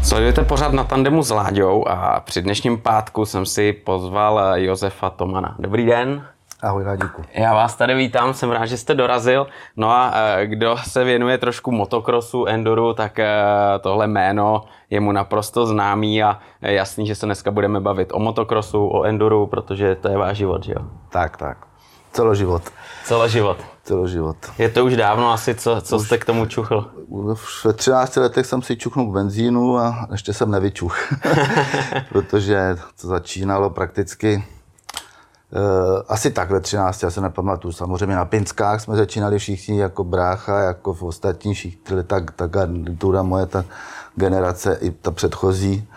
Sledujete pořád Na tandemu s Láďou a při dnešním pátku jsem si pozval Josefa Tomana. Dobrý den. Ahoj, Láďíku. Já vás tady vítám, jsem rád, že jste dorazil. No a kdo se věnuje trošku motokrosu, enduru, tak tohle jméno je mu naprosto známý a je jasný, že se dneska budeme bavit o motokrosu, o enduru, protože to je váš život, že jo? Tak. Celoživot. Celoživot. Je to už dávno asi, co jste k tomu čuchl? Ve 13 letech jsem si čuchnul k benzínu a ještě jsem nevyčuch. Protože to začínalo prakticky asi tak ve 13, já se nepamatuju. Samozřejmě na Pinskách jsme začínali všichni jako brácha, jako v ostatních, ta garnitura moje, ta generace i ta předchozí.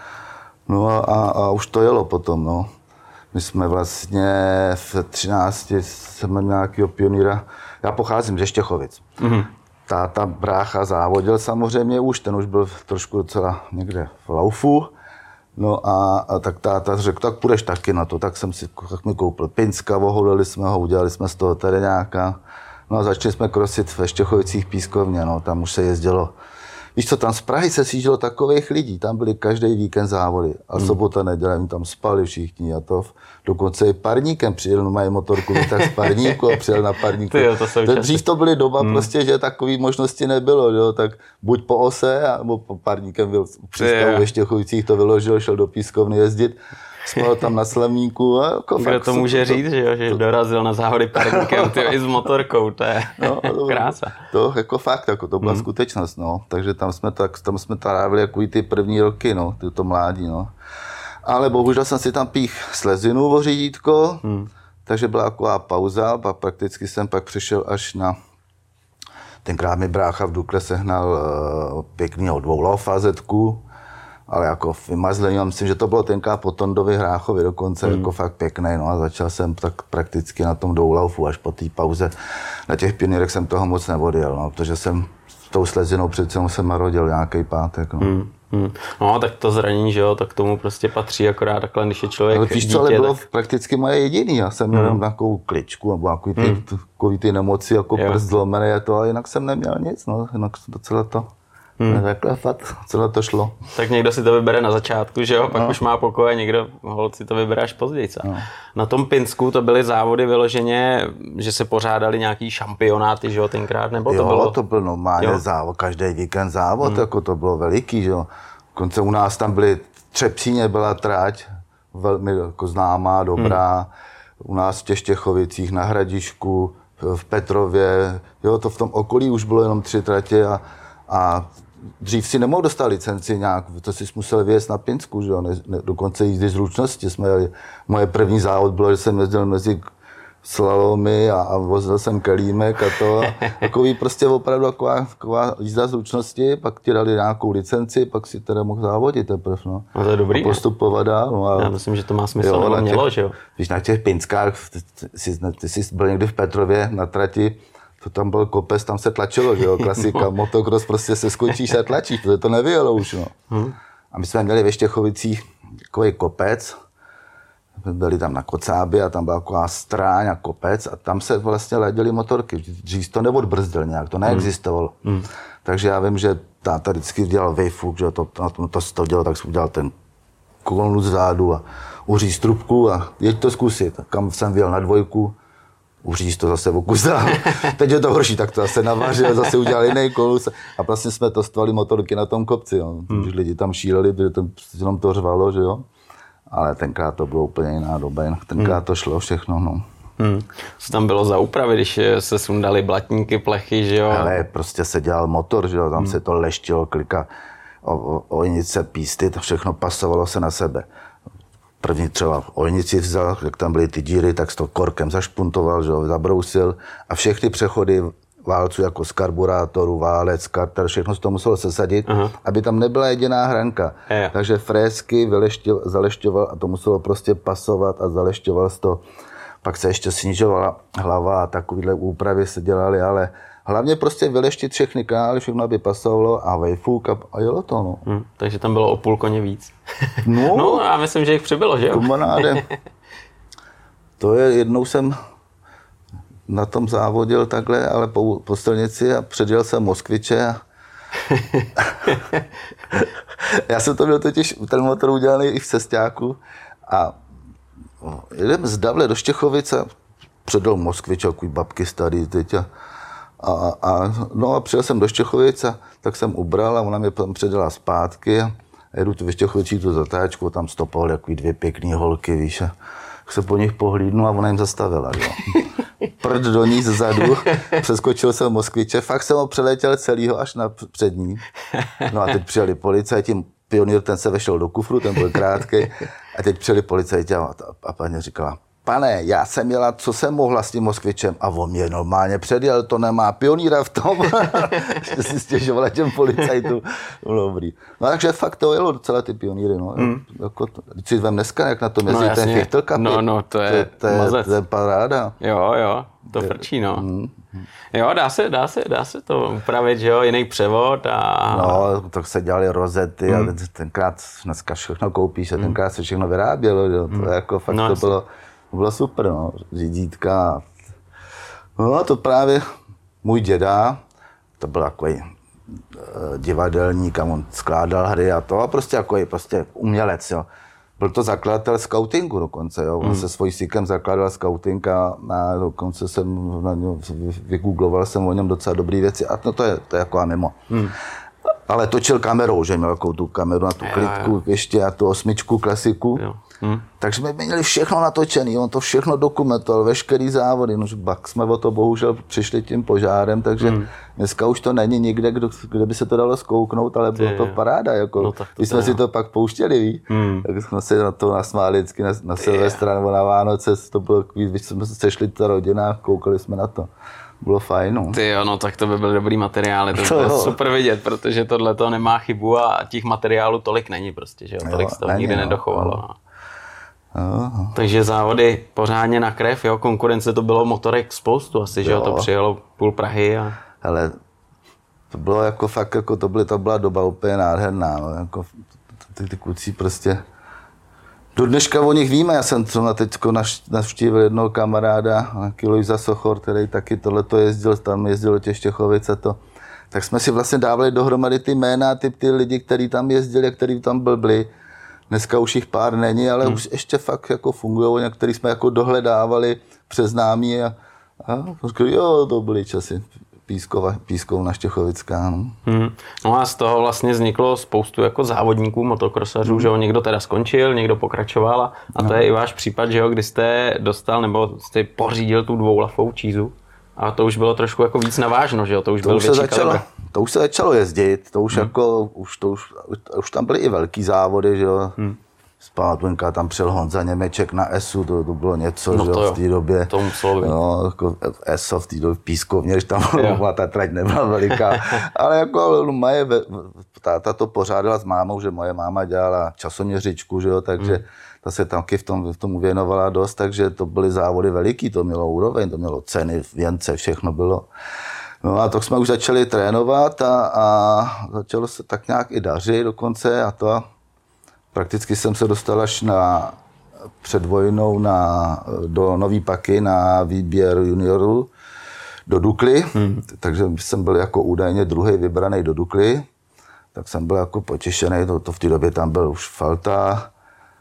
No a už to jelo potom, no. My jsme vlastně v 13 jsem měl nějakého pionýra. Já pocházím ze Štěchovic. Mm-hmm. Táta brácha závodil samozřejmě už, ten už byl trošku docela někde v laufu. No a tak táta řekl, tak půjdeš taky na to, tak mi koupil Pinska, oholili jsme ho, udělali jsme z toho tady nějaká. No a začali jsme krosit ve Štěchovicích pískovně, no, tam už se jezdilo. Víš co, tam z Prahy se sjíždělo takových lidí, tam byly každý víkend závody a sobota, neděle, oni tam spali všichni a to dokonce i parníkem přijel, no mají motorku, tak z parníku a přijel na parníku. Dřív to byly doba prostě, že takové možnosti nebylo, jo, tak buď po ose, nebo po parníkem byl přístavu ve Štěchovicích, to vyložil, šel do pískovny jezdit. Spal tam na Slemníku. A jako kdo to může říct, že dorazil na závody parníkem i s motorkou, to je krása. To jako fakt, jako to byla skutečnost, no. Takže tam jsme trávili jako ty první roky, no, to mládí, no. Ale bohužel jsem si tam pích slezinu o řídítko, takže byla taková pauza, pak prakticky jsem pak přišel až na... Tenkrát mi brácha v Dukle sehnal pěknýho dvoulavfazetku, ale jako vymazlený, já myslím, že to bylo tenkrát po Tondovi Hráchovi dokonce, jako fakt pěkný, no a začal jsem tak prakticky na tom dvoulaufu, až po té pauze. Na těch pionýrech jsem toho moc neodjel, no, protože jsem s tou slezinou přece jsem narodil nějaký pátek, no. No, tak to zranění, že jo, tak k tomu prostě patří akorát takhle, když je člověk ale víš co, ale bylo prakticky moje jediný, já jsem měl takovou kličku, nebo takový ty nemoci, jako prst zlomený a to, ale jinak jsem neměl nic, no, jinak docela to... Takhle fakt, celé to šlo. Tak někdo si to vybere na začátku, že jo, pak už má pokoj a někdo si to vybere až později. No. Na tom Pinsku to byly závody vyloženě, že se pořádali nějaký šampionáty, že jo, tenkrát, nebo to bylo? To byl normálně závod, každý víkend závod, jako to bylo veliký, že jo. Dokonce u nás tam byly Třepříně byla trať, velmi jako známá, dobrá, u nás v těch Štěchovicích, na Hradišku, v Petrově, jo, to v tom okolí už bylo jenom 3 tratě a dřív si nemohl dostat licenci nějak, to si musel vyjet na Pinsku, že jo, dokonce jízdy zručnosti jsme jeli. Moje první závod bylo, že jsem jezdil mezi slalomy a vozil jsem kelímek a to. Takový prostě opravdu taková jízda zručnosti, pak ti dali nějakou licenci, pak si teda mohl závodit teprve, no. A to je dobrý, postupovat dál. No a, já myslím, že to má smysl, nebo mělo, že jo. Víš, na těch Pinskách, ty jsi byl někdy v Petrově na trati, to tam byl kopec, tam se tlačilo, že jo, klasika, motocross, prostě se skočíš a tlačíš, protože to nevyjelo už, no. A my jsme měli ve Štěchovicích takový kopec, byli tam na Kocábě a tam byla taková stráň a kopec a tam se vlastně ladily motorky. Dřív to neodbrzdil nějak, to neexistovalo. Takže já vím, že táta vždycky dělal vejfuk, že to dělal, tak jsem udělal ten kolonu zádu a uříz trubku a jeď to zkusit. Kam jsem vyjel na dvojku, uříz to zase o kus dál. Teď je to horší, tak to zase navařil, zase udělal jiný kolus a vlastně jsme tostovali motorky na tom kopci. Jo. Lidi tam šíleli, protože to jenom to řvalo, že jo. Ale tenkrát to bylo úplně jiná doba, tenkrát to šlo všechno, no. Co tam bylo za úpravy, když se sundali blatníky, plechy, že jo? Ale prostě se dělal motor, že jo, tam se to leštilo, klika, ojnice, písty, to všechno pasovalo se na sebe. První třeba ojnici vzal, jak tam byly ty díry, tak s to korkem zašpuntoval, že jo, zabrousil a všechny přechody válců jako z karburátoru, válec, karter, všechno se to muselo sesadit, aby tam nebyla jediná hranka. Takže frézky zalešťoval a to muselo prostě pasovat a zalešťoval se to. Pak se ještě snižovala hlava a takovýhle úpravy se dělaly, ale hlavně prostě vyleštit všechny kanály, všechno aby pasovalo a vejfuk a jelo to, no. Takže tam bylo o půl koně víc. No, já myslím, že jich přibylo, že jo? Kamaráde. To je, jednou jsem na tom závodil takhle, ale po silnici a předjel jsem Moskviče Já jsem to měl totiž ten motor udělaný i v cestáku a jedeme z Davle do Štěchovice, předal Moskvič, takový babky starý teď a přijel jsem do Štěchovice, tak jsem ubral a ona mě tam předala zpátky a jedu tu ve Štěchovicích tu zatáčku, tam stopovali takový 2 pěkný holky, víš, a se po nich pohlídnu a ona jim zastavila, jo. Prd do ní zezadu, přeskočil jsem Moskviče, fakt jsem ho přeletěl celýho až na přední. No a teď přijeli policajti, Pionýr ten se vešel do kufru, ten byl krátký, a teď přijeli policajti a paní říkala, pane, já jsem jela, co jsem mohla s tím Moskvičem a on mě normálně předjel, to nemá Pionýra v tom. Ještě si stěžovala těm policajtům. No dobrý. No takže fakt to jelo docela ty Pionýry, no. Jako, když si vem dneska, jak na tom jezdí ten Fichtelka. No, to je mazec. To je paráda. Jo, to frčí, no. Jo, dá se to upravit, že jo, jiný převod a... No, tak se dělali rozety a tenkrát dneska všechno koupíš a tenkrát se všechno vyrábělo, jo. To je jako fakt to bylo super, no, řídítka. No a to právě můj děda, to byl takový divadelník a on skládal hry a to a prostě umělec, jo. Byl to zakladatel skautingu dokonce, jo. On se svojí sykem zakládal skauting a dokonce jsem vygoogloval jsem o něm docela dobrý věci a to je jako mimo. Ale točil kamerou, že měl takovou tu kameru na tu klidku ještě a tu 8 klasiku. Jo. Takže my měli všechno natočený, on to všechno dokumentoval, veškerý závody, no pak jsme o to bohužel přišli tím požárem, takže dneska už to není nikde, kde by se to dalo zkouknout, ale bylo to paráda, jako, no, když jsme si to pak pouštěli, ví? Tak jsme si na to nasmáli vždycky na Silvestra nebo na Vánoce, to bylo, když jsme se sešli ta rodina, koukali jsme na to. Bylo fajn, no. Ty jo, no tak to by byly dobrý materiály, to bylo super vidět, protože tohle to nemá chybu a těch materiálů tolik není prostě, že jo, tolik se toho nikdy nedochovalo. No. Takže závody pořádně na krev, jo, konkurence to bylo motorek spoustu asi, že jo, to přijelo půl Prahy a... Hele, to bylo jako fakt, jako to byla doba úplně nádherná, no, jako ty kluci prostě... Do dneška o nich víme, já jsem třeba teďko navštívil jednoho kamaráda, Lojza Sochor, který taky tohleto jezdil, tam jezdil do těch Štěchovic a to. Tak jsme si vlastně dávali dohromady ty jména, ty lidi, kteří tam jezdili a kteří tam byli. Dneska už jich pár není, ale už ještě fakt jako fungují, některý jsme jako dohledávali přes námi a jo, to byly časy. Pískov na Štěchovická. No. No a z toho vlastně vzniklo spoustu jako závodníků, motokrosařů, že jo, někdo teda skončil, někdo pokračoval a to je i váš případ, že jo, kdy jste dostal nebo jste pořídil tu dvoulafou čízu a to už bylo trošku jako víc navážno, že jo, to už byl větší kalibr. To už se začalo jezdit, to už jako, už tam byly i velký závody, že jo. Zpátvenka tam přijel Honza Němeček na ESu, to bylo něco, no že v té době. To muselo být. No, jako ESO v té době Pískovně, když tam ta trať nebyla veliká. Ale jako táta to pořádala s mámou, že moje máma dělala časoměřičku, že jo, takže ta se taky v tom věnovala dost, takže to byly závody veliký, to mělo úroveň, to mělo ceny, věnce, všechno bylo. No a tak jsme už začali trénovat a začalo se tak nějak i dařit dokonce a to. Prakticky jsem se dostal až před vojnou do Nový Paky na výběr juniorů do Dukly, takže jsem byl jako údajně druhý vybraný do Dukly, tak jsem byl jako potěšený, to v té době tam byl už Falta.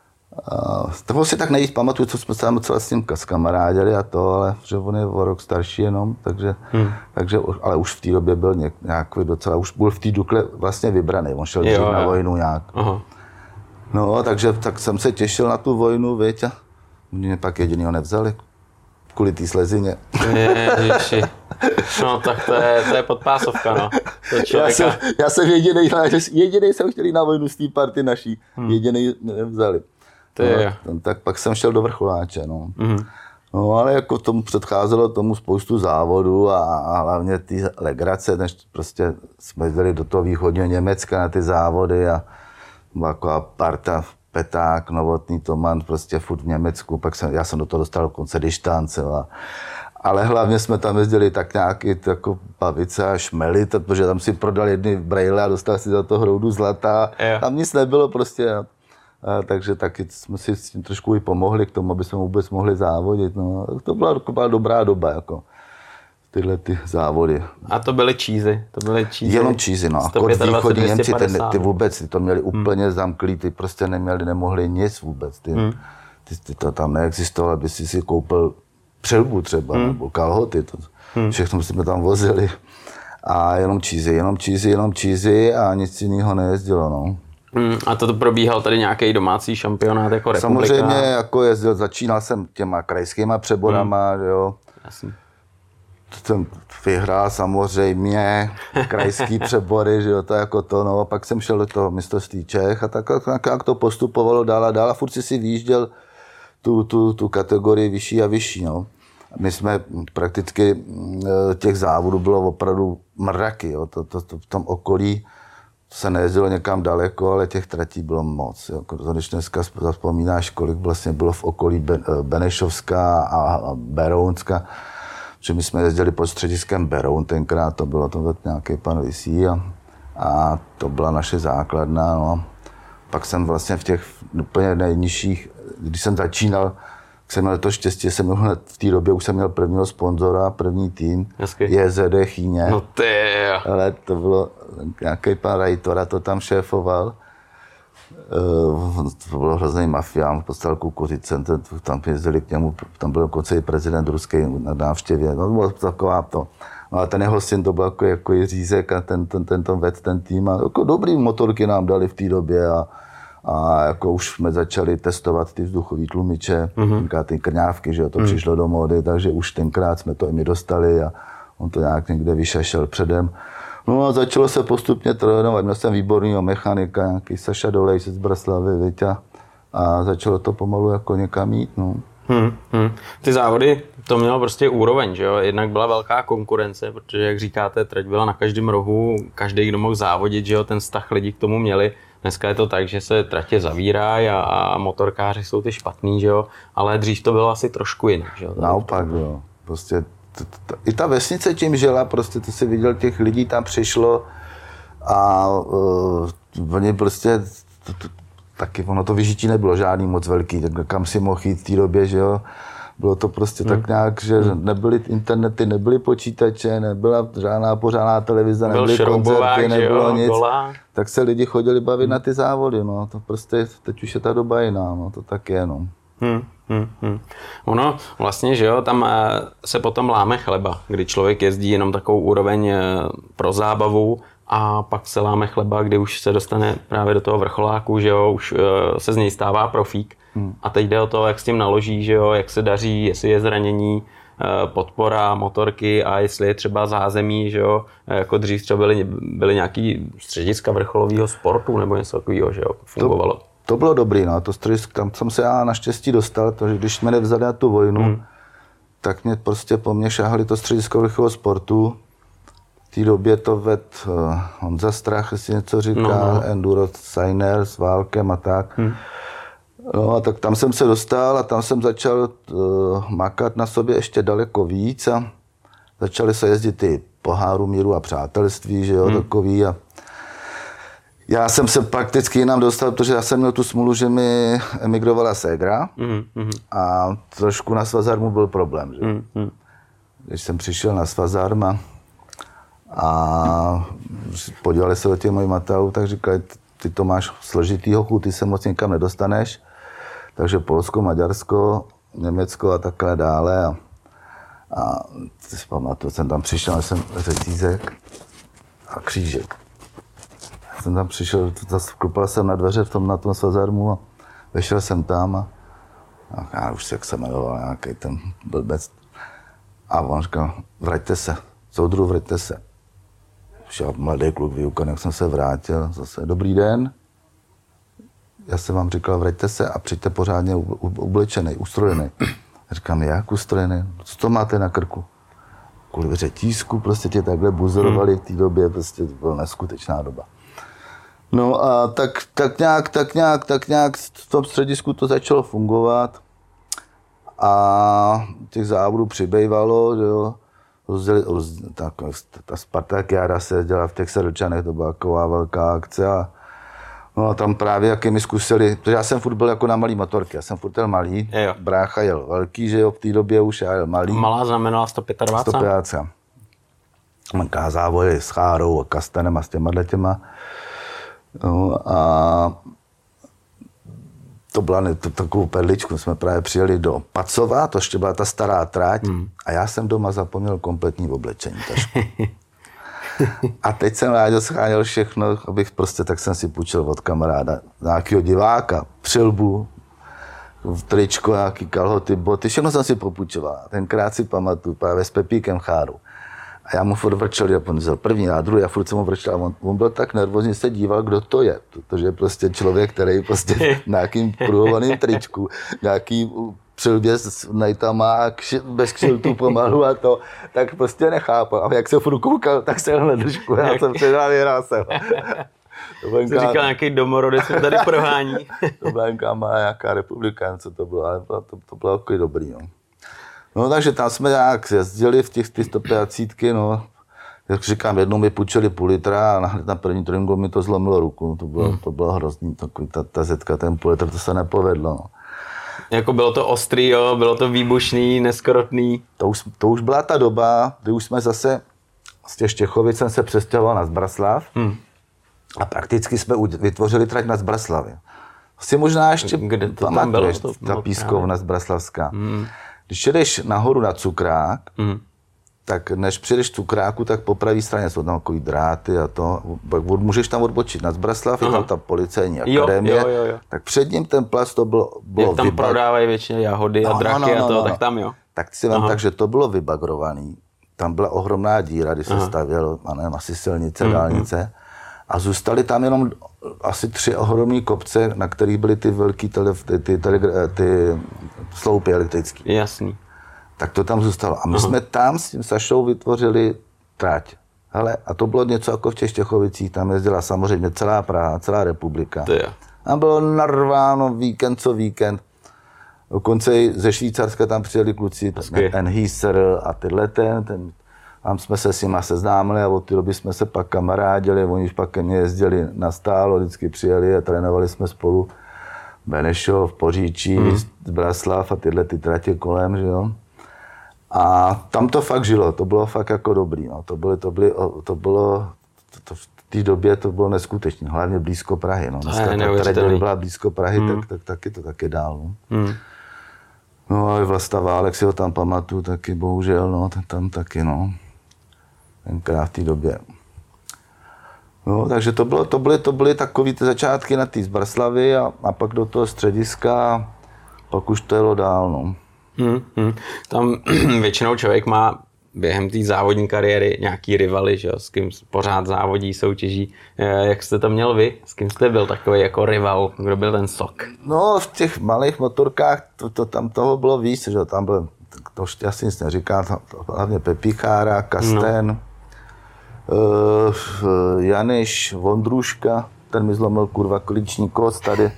Toho si tak nejvíc pamatuju, co jsme se tam docela s ním kamarádili a to, ale že on je o rok starší jenom, takže ale už v té době byl nějaký docela, už byl v té Dukle vlastně vybraný, on šel dřív na vojnu nějak. Aha. No, tak jsem se těšil na tu vojnu, viď, a mě pak jedinýho nevzali, kvůli té slezině. Ježiši. No, tak to je podpásovka, no. Já jsem jedinej jsem chtěl jít na vojnu z té party naší, jedinej nevzali. No, tak pak jsem šel do vrcholáče, no. No, ale jako tomu předcházelo tomu spoustu závodů a hlavně ty legrace, než prostě jsme jezdili do toho východního Německa na ty závody a taková parta, Peták, Novotný, Toman, prostě furt v Německu, pak já jsem do toho dostal dokonce dištance. Ale hlavně jsme tam jezdili tak nějaký jako pavice a šmely, protože tam si prodal jedny brejle a dostal si za to hroudu zlata. Tam nic nebylo prostě. Takže taky jsme si s tím trošku i pomohli k tomu, aby jsme vůbec mohli závodit. No. To byla dobrá doba. Jako. tyhle ty závody. A to byly cheesy. Jenom cheesy, no. A východní Němci, ty vůbec, ty to měli úplně zamklý, ty prostě nemohli nic vůbec. Ty to tam neexistovalo, aby si koupil přilbu třeba, nebo kalhoty. Všechno jsme tam vozili. A jenom cheesy a nic jiného nejezdilo, no. A to probíhal tady nějaký domácí šampionát jako republika? Samozřejmě jako jezdil, začínal jsem těma krajskýma přeborama, jo. Jasně. Jsem vyhrál samozřejmě krajský přebory, že jo, to jako to, no. A pak jsem šel do toho mistrovství Čech a tak jak to postupovalo dál a dál a furt si vyjížděl tu kategorii vyšší a vyšší, no. My jsme prakticky, těch závodů bylo opravdu mraky, jo. To v tom okolí se nejezdilo někam daleko, ale těch tratí bylo moc. Jo. Když dneska vzpomínáš, kolik vlastně bylo v okolí Benešovská a Berounska, že my jsme jezdili pod střediskem Beroun tenkrát, to bylo to nějaký pan Visí a to byla naše základna. No. Pak jsem vlastně v těch úplně nejnižších, když jsem začínal, jsem měl to štěstí, že jsem měl v té době už jsem měl prvního sponzora, první tým, JZD Chýně. No ty. Ale to bylo nějaký pan Rajtora, to tam šéfoval. To bylo hrozný mafián, postavil Kukuřice, tam jezdili k němu, tam byl dokonce i prezident ruský na návštěvě. No, bylo taková to. No a ten jeho syn to byl jako Jiřízek a ten vedl ten tým. A jako dobrý motorky nám dali v té době a jako už jsme začali testovat ty vzduchové tlumiče, ty krňávky, že jo, to přišlo do módy, takže už tenkrát jsme to i my dostali a on to nějak někde vyšašel předem. No a začalo se postupně trénovat, měl jsem výborného mechanika, nějaký Saša Dolej z Breslavy, viď, a začalo to pomalu jako někam jít, no. Ty závody, to mělo prostě úroveň, že jo, jednak byla velká konkurence, protože jak říkáte, trať byla na každém rohu, každý, kdo mohl závodit, že jo, ten vztah lidí k tomu měli. Dneska je to tak, že se tratě zavírají a motorkáři jsou ty špatný, že jo, ale dřív to bylo asi trošku jinak, že jo. Naopak, jo, prostě i ta vesnice tím žila, prostě ty si viděl, těch lidí tam přišlo a oni prostě, taky ono to vyžití nebylo žádný moc velký, tak kam si mohl jít v té době, že jo. Bylo to prostě tak nějak, že nebyly internety, nebyly počítače, nebyla žádná pořádná televize, nebyly koncerty, nebylo nic. Tak se lidi chodili bavit na ty závody, no. To prostě, teď už je ta doba jiná, no, to tak je, no. Ono vlastně, že jo, tam se potom láme chleba, kdy člověk jezdí jenom takovou úroveň pro zábavu a pak se láme chleba, kdy už se dostane právě do toho vrcholáku, že jo, už se z něj stává profík. A teď jde o to, jak s tím naloží, že jo, jak se daří, jestli je zranění, podpora, motorky a jestli je třeba zázemí, že jo, jako dřív třeba byly nějaký střediska vrcholového sportu nebo něco takového, že jo, fungovalo. To bylo dobrý, no, to středisko, tam jsem se já naštěstí dostal, protože když mě nevzali na tu vojnu, tak mě prostě po mně šáhali to středisko vrcholového sportu. V té době to vedl Honza Strach, jestli něco říká, Enduro Signer s Válkem a tak. No a tak tam jsem se dostal a tam jsem začal makat na sobě ještě daleko víc a začaly se jezdit ty poháru míru a přátelství, že jo, takový a já jsem se prakticky jinam dostal, protože já jsem měl tu smůlu, že mi emigrovala ségra a trošku na Svazarmu byl problém, že? Když jsem přišel na Svazarm a podívali se do těch mojich materiálů, tak říkali, ty to máš složitý hochu, ty se moc někam nedostaneš, takže Polsko, Maďarsko, Německo a takhle dále a si pamatuju, jsem tam přišel, jsem řetízek a křížek. Jsem tam přišel, klupal jsem na dveře na tom Svazarmu a vešel jsem tam a já už jak se jmenoval nějaký ten blbec. A on říkal, vraťte se, soudru, vraťte se. Šel mladý kluk výukan, jak jsem se vrátil, zase dobrý den. Já jsem vám říkal, vraťte se a přijďte pořádně oblečený, ustrojený. Říkám, jak ustrojený? Co to máte na krku? Kvůli řetízku prostě tě takhle buzerovali v té době, prostě to byla neskutečná doba. No a tak nějak v tom středisku to začalo fungovat a těch závodů přibývalo, že jo. Ta Spartakiáda se dělala v těch Sedlčanech, to byla taková velká akce a no a tam právě jak mi zkusili, protože já jsem furt byl jako na malý motorky, já jsem furt jel malý, brácha jel velký, že jo, v té době už já jel malý. Malá znamenala 125? 125. Manká závody s Chárou a Kastanem a s těma. No, a to byla takovou perličku. Jsme právě přijeli do Pacova, to ještě byla ta stará trať a já jsem doma zapomněl kompletní oblečení, tašku. A teď jsem rádio scháněl všechno, abych prostě, tak jsem si půjčil od kamaráda nějakého diváka, přilbu, tričko, nějaký kalhoty, boty, všechno jsem si popůjčoval. Tenkrát si pamatuju právě s Pepíkem Chárou. A já mu furt vrčel, já ponzel první a druhý a furt jsem mu vrčel. On byl tak nervózní, se díval, kdo to je. Protože prostě člověk, který prostě v nějakým pruhovaným tričku, nějaký přilbě s nejtama, bez kšiltu pomalu a to, tak prostě nechápal. A jak se furt koukal, tak se na držku, já jsem předal vyhrásel. To jsi říkal nějaký domorodec, co tady prohání. To byla nějaká republika, co to bylo, ale to bylo takový dobrý. No. No takže tam jsme nějak jezdili v těch 150, no. Jak říkám, jednou mi půjčili půl litra a na první tréninku mi to zlomilo ruku. To bylo hrozný, ta zetka, ten půl litr, to se nepovedlo. No. Jako bylo to ostrý, jo, bylo to výbušný, neskorotný. To už byla ta doba, kdy už jsme zase z těch Štěchovic jsem se přestěhoval na Zbraslav a prakticky jsme vytvořili trať na Zbraslavě. Si možná ještě pamatuješ, ta pískovna Zbraslavská. Když jedeš nahoru na Cukrák, tak než přijdeš Cukráku, tak po pravé straně jsou tam takový dráty a to. Můžeš tam odbočit na Zbraslav, je tam ta policejní akademie. Jo. Tak před ním ten plac to bylo jak tam prodávají většině jahody a draky a to, tak tam jo. Tak si vem tak, že to bylo vybagrovaný. Tam byla ohromná díra, když se stavělo, asi silnice, dálnice. A zůstaly tam jenom asi 3 ohromné kopce, na kterých byly ty velký ty sloupy elektrické. Jasný. Tak to tam zůstalo. A my jsme tam s tím Sašou vytvořili trať. Hele, a to bylo něco jako v těch Štěchovicích, tam jezdila samozřejmě celá Praha, celá republika. Tam bylo narváno víkend co víkend. Dokonce i ze Švýcarska tam přijeli kluci, Enhieser a tyhle tam jsme se s nima seznámili a od té doby jsme se pak kamarádili, oni už pak ke mně jezdili na stálo, vždycky přijeli a trénovali jsme spolu Benešov, Poříčí, Zbraslav a tyhle ty tratě kolem, že jo. A tam to fakt žilo, to bylo fakt jako dobrý, no. To bylo v té době to bylo neskutečné, hlavně blízko Prahy, no. Dneska ta trať byla blízko Prahy, tak taky to taky dál, no. No a Vlasta Válek si ho tam pamatuju taky, bohužel, no, tam taky, no. Tenkrát v té době. No, takže to byly takový ty začátky na té Zbraslavy a pak do toho střediska, pak už to jelo dál, no. Tam většinou člověk má během té závodní kariéry nějaký rivaly, že jo, s kým pořád závodí, soutěží. Jak jste to měl vy? S kým jste byl takový jako rival? Kdo byl ten sok? No, v těch malých motorkách tam toho bylo víc, že jo, tam byl, to už asi nic neříká, hlavně Pepík Chára, Kasten, Janiš, Vondruška, ten mi zlomil kurva klíční kost tady.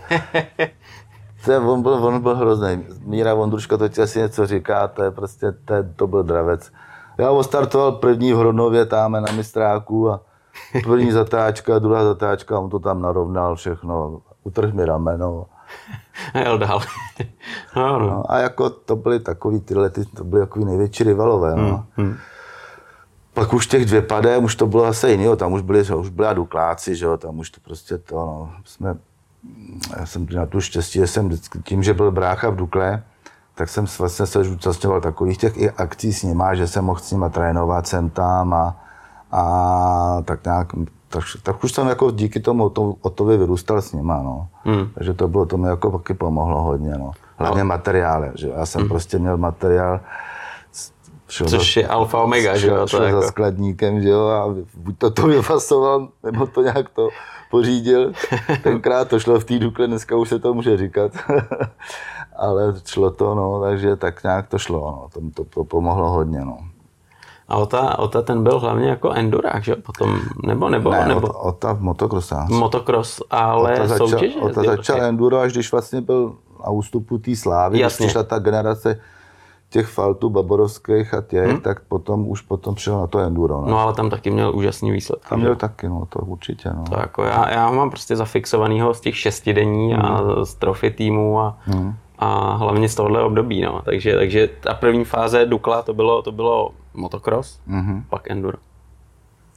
On byl hrozný. Míra Vondruška, to ti asi něco říká, to je prostě, to byl dravec. Já ostartoval první v Hronově tam na mistráku a první zatáčka, druhá zatáčka, on to tam narovnal všechno, utrhl mi rameno. A jel dál. No, a jako to byly takový to byly takový největší rivalové, no. Pak už těch 2 padem, už to bylo zase jiného, tam už byli Dukláci, že jo, tam už to prostě to, no, já jsem na tu štěstí, že jsem tím, že byl brácha v Dukle, tak jsem vlastně se zúčastňoval takových těch i akcí s nima, že jsem mohl s nima trénovat sem tam a tak nějak, tak už jsem jako díky tomu Otovi vyrůstal s nima, no. Takže to mi jako taky pomohlo hodně, no. Hlavně materiály, že já jsem prostě měl materiál, což je alfa omega, že jo? Šel za skladníkem, že jo, a buď to vyfasoval, nebo to nějak to pořídil. Tenkrát to šlo v té Dukle, dneska už se to může říkat. Ale šlo to, no, takže tak nějak to šlo, no, to pomohlo hodně, no. A Ota ten byl hlavně jako endurák, že potom, nebo? Ota motokrosář. Motokros, ale soutěže? Ota začal enduro, až když vlastně byl na ústupu té slávy, když přišla ta generace těch Faltů, Baborovských a těch, tak potom přišel na to enduro. No ale tam taky měl úžasný výsledky. Tam měl taky, no, to určitě, no. To jako já ho mám prostě zafixovanýho z těch 6 denní a z trofy týmu a hlavně z tohohle období, no. Takže ta první fáze Dukla to bylo motocross, pak enduro.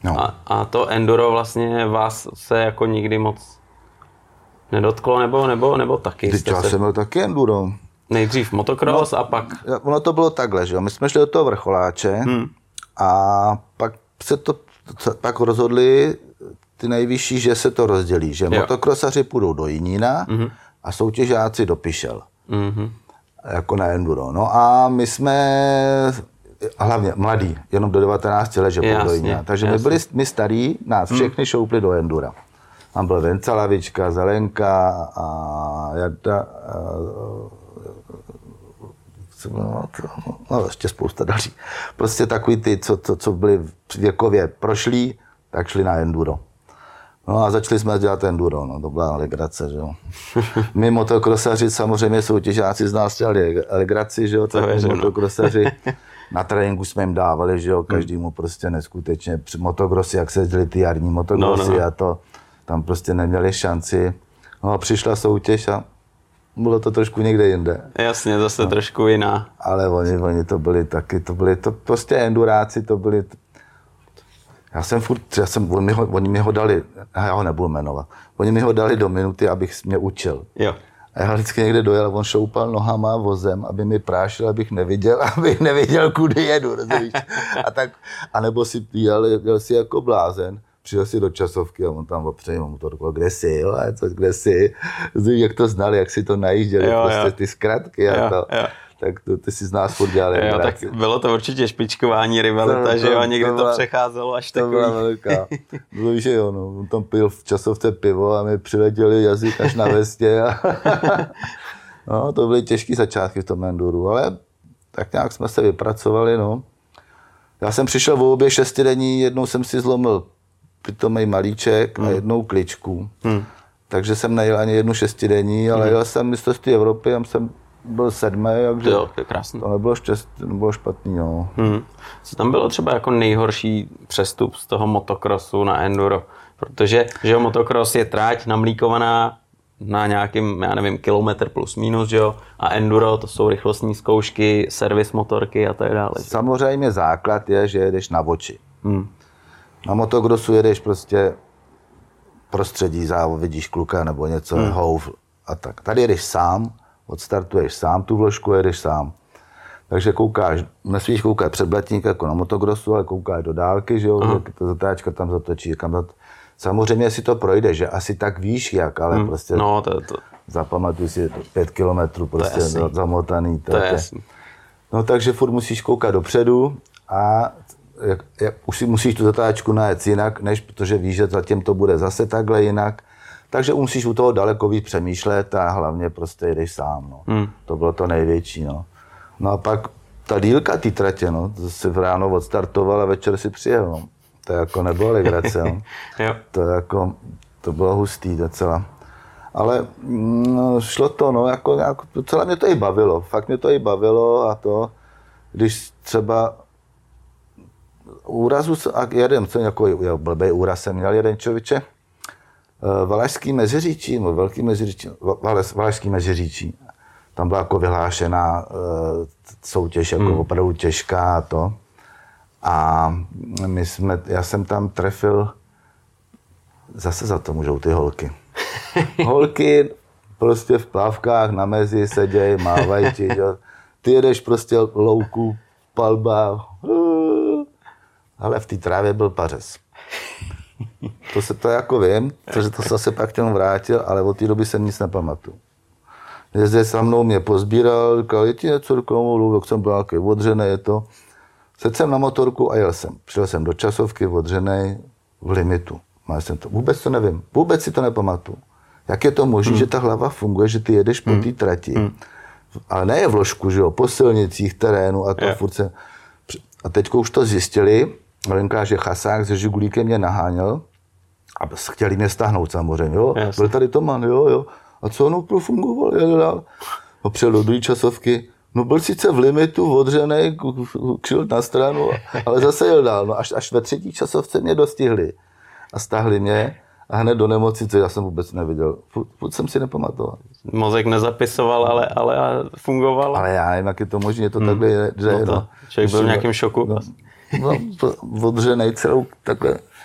No. A to enduro vlastně vás se jako nikdy moc nedotklo, nebo taky? Já jsem měl taky enduro. Nejdřív motocross a pak... Ono to bylo takhle, že jo. My jsme šli do toho vrcholáče a pak se to pak rozhodli ty nejvyšší, že se to rozdělí, že motokrosaři půjdou do Jinína a soutěžáci do Pišel. Jako na enduro. No a my jsme hlavně mladí, jenom do 19 let, že půjdou do Jinína. Takže my starí, nás všechny šoupli do endura. Tam byl Vencalavička, Zelenka a Jarda, no ještě spousta dalších. Prostě takový ty, co byli věkově prošlí, tak šli na enduro. No a začali jsme dělat enduro, no to byla legrace, že jo. My motokrosaři, samozřejmě soutěžáci z nás dělali legraci, že jo, tak motokrosaři na tréninku jsme jim dávali, že jo, každému prostě neskutečně motokrosy, jak se jezdili ty jarní motokrosy a to, tam prostě neměli šanci. No a přišla soutěž a bylo to trošku někde jinde. Jasně, zase trošku jiná. Ale oni to byli taky, to prostě enduráci, to byli... Oni mi ho dali, já ho nebudu jmenovat, oni mi ho dali do minuty, abych mě učil. Jo. A já vždycky někde dojel, on šoupal nohama vozem, aby mi prášil, abych neviděl, kudy jedu, rozumíš? A nebo si jel si jako blázen, přijel si do časovky a on tam opřejmě motorku, kde jsi, jo, kde jsi, jak to znali, jak si to najížděli, prostě ty zkratky a to. Jo. Tak ty si z nás furt dělali. Jo, tak bylo to určitě špičkování, rivalita, že jo, a někdy to přecházelo až takový. To byla velká. Bylo, že jo, no, on tam pil v časovce pivo a my přiletěli jazyk až na vestě. No, to byly těžké začátky v tom enduru, ale tak nějak jsme se vypracovali, no. Já jsem přišel v obě 6denní, jednou jsem si zlomil pitomej malíček a jednou kličku. Takže jsem nejel ani jednu 6denní, ale jel jsem mistrovství Evropy, tam jsem byl 7, takže jo, to je krásný. To nebylo špatný, jo. Co tam bylo třeba jako nejhorší přestup z toho motokrosu na enduro? Protože že motokros je tráť namlíkovaná na nějakým, já nevím, kilometr plus minus, že jo? A enduro, to jsou rychlostní zkoušky, servis motorky a tak dále. Samozřejmě základ je, že jedeš na oči. Na motokrosu jedeš prostě prostředí závod, vidíš kluka nebo něco, houf a tak. Tady jedeš sám, odstartuješ sám tu vložku, jedeš sám. Takže koukáš, nesmíš koukat před blatník jako na motokrosu, ale koukáš do dálky, že jo, ta zatáčka tam zatočí, samozřejmě si to projde, že asi tak víš jak, ale prostě zapamatuj si 5 kilometrů prostě zamotaný. To je jasný. No takže furt musíš koukat dopředu a už si musíš tu zatáčku najet jinak, protože víš, že zatím to bude zase takhle jinak. Takže musíš u toho daleko víc přemýšlet a hlavně prostě jdeš sám. No. To bylo to největší. No a pak ta dílka té tratě, no, to si v ráno odstartoval a večer si přijel. No. To jako nebylo legrace. No. To bylo hustý docela. Ale šlo to, no, jako docela mě to i bavilo. Fakt mě to i bavilo a to, když třeba úrazu, a jeden, co jako blbej úraz jsem měl, jeden člověče, Valašský Meziříčí, Velký Meziříčí, Valašský Meziříčí. Tam byla jako vyhlášená soutěž, jako opravdu těžká a to. A já jsem tam trefil, zase za to můžou ty holky. Holky prostě v plavkách na mezi seděj, mávají ti, jo. Ty jedeš prostě louku, palba, ale v té trávě byl pařez. To jako vím, protože to zase pak k němu vrátil, ale od té doby jsem nic nepamatuju. Jezdil za mnou, mě pozbíral, říkal, je ti něco rukou, jak jsem byl nějaký odřený, je to. Sedl jsem na motorku a jel jsem. Přijel jsem do časovky odřenej v limitu. Vůbec to nevím, vůbec si to nepamatuju. Jak je to možné, že ta hlava funguje, že ty jedeš po té trati, ale ne je v ložku, že jo, po silnicích, terénu a to furt se... A teďko už to zjistili, Lenka, že chasák se Žigulíkem mě naháněl a chtěli mě stáhnout samozřejmě, jo. Yes. Byl tady Toman, jo. A co ono profungoval, jel dál. A přijel do druhé časovky, no byl sice v limitu, odřenej, křil na stranu, ale zase jel dál. No až ve třetí časovce mě dostihli a stáhli mě a hned do nemocnice, já jsem vůbec neviděl. Furt jsem si nepamatoval. Mozek nezapisoval, ale fungoval. Ale já nevím, jak je to možné, je to takhle, že člověk byl v nějakém šoku. No, odřenej celou takhle.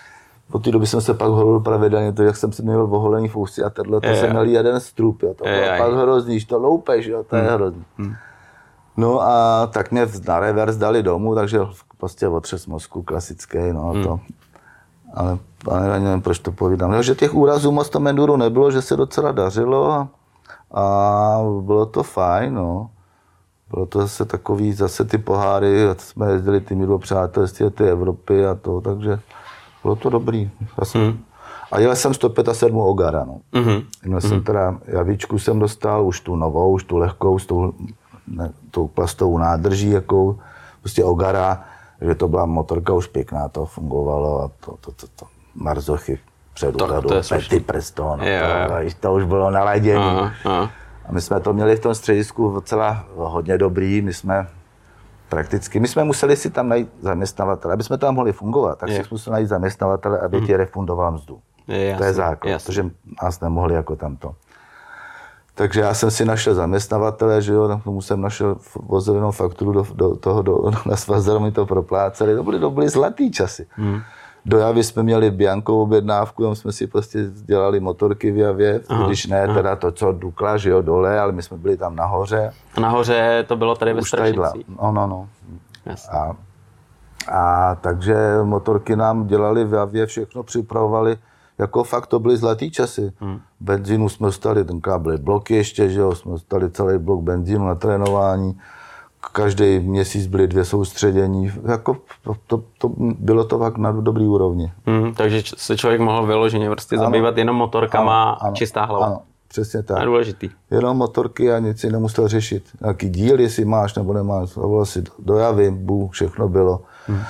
Od té doby jsem se pak holil pravidelně, to jak jsem si měl oholený fousy a tenhle, to jsem měl jeden strup, jo, to bylo pak hrozný, že to loupeš, jo, to je hrozný. No a tak mě na revers dali domů, takže prostě otřes mozku, klasický, no to. Ale nevím, proč to povídám. No, že těch úrazů moc tom enduru nebylo, že se docela dařilo a bylo to fajn, no. Bylo to zase ty poháry, jsme jezdili ty míru přátelství, ty Evropy a to, takže bylo to dobrý. A jel jsem 107 Ogara, no. Měl jsem teda javičku jsem dostal, už tu novou, už tu lehkou, s tou plastovou nádrží, jakou, prostě Ogara, že to byla motorka už pěkná, to fungovalo a to Marzochy předu, Petit Preston, to už bylo naladěný. A my jsme to měli v tom středisku docela hodně dobrý, my jsme museli si tam najít zaměstnavatele, aby jsme tam mohli fungovat, tak si museli najít zaměstnavatele, aby ti refundoval mzdu. To je základ, protože nás nemohli jako tamto. Takže já jsem si našel zaměstnavatele, že jo, tomu jsem našel vozovnou fakturu na Svazaru, mi to propláceli, to byly zlatý časy. Do Javy jsme měli biankovou objednávku, tam jsme si prostě dělali motorky v Javě, když ne teda to, co Dukla, že jo, dole, ale my jsme byli tam nahoře. A nahoře to bylo tady ve Strašnicích? No. A takže motorky nám dělali v Javě, všechno připravovali, jako fakt to byly zlatý časy. Benzínu jsme dostali, tenkrát byly bloky ještě, že jo, jsme dostali celý blok benzínu na trénování. Každý měsíc byly 2 soustředění, jako bylo to fakt na dobrý úrovni. Takže se člověk mohl vyloženě prostě zabývat jenom motorkama a čistá hlava. Ano, přesně tak. To je důležitý. Jenom motorky a nic si nemusel řešit. Jaký díl, jestli máš nebo nemáš, zavolal si do Javy, všechno bylo.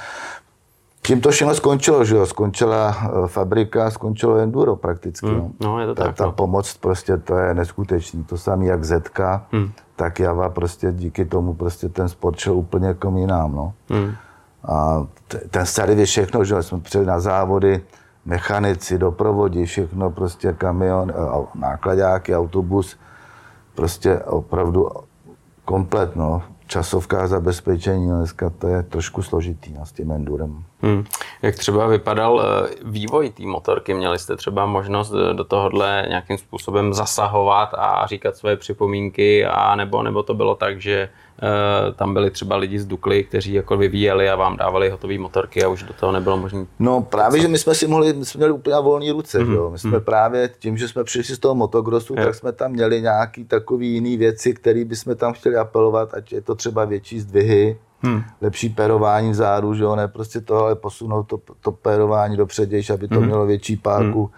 Tím to všechno skončilo, že jo, skončila fabrika, skončilo enduro prakticky. No, je to tak. Ta pomoc prostě, to je neskutečný. To samé jak Zetka, tak Java prostě díky tomu prostě ten sport šel úplně jako jinam, no. A ten servis všechno, že jo, jsme přijeli na závody, mechanici, doprovodi, všechno prostě kamion, nákladáky, autobus, prostě opravdu komplet, no. Časovka zabezpečení, dneska to je trošku složitý s tím endurem. Jak třeba vypadal vývoj té motorky? Měli jste třeba možnost do tohohle nějakým způsobem zasahovat a říkat své připomínky, a nebo to bylo tak, že tam byli třeba lidi z Dukly, kteří jako vyvíjeli a vám dávali hotové motorky a už do toho nebylo možné? No právě, že my jsme měli úplně volné ruce, jo. My jsme právě tím, že jsme přišli z toho motocrossu, tak jsme tam měli nějaký takový jiný věci, které bychom tam chtěli apelovat, ať je to třeba větší zdvihy, lepší pérování vzadu, že jo, ne prostě tohle posunout to pérování dopředějš, aby to mělo větší páku.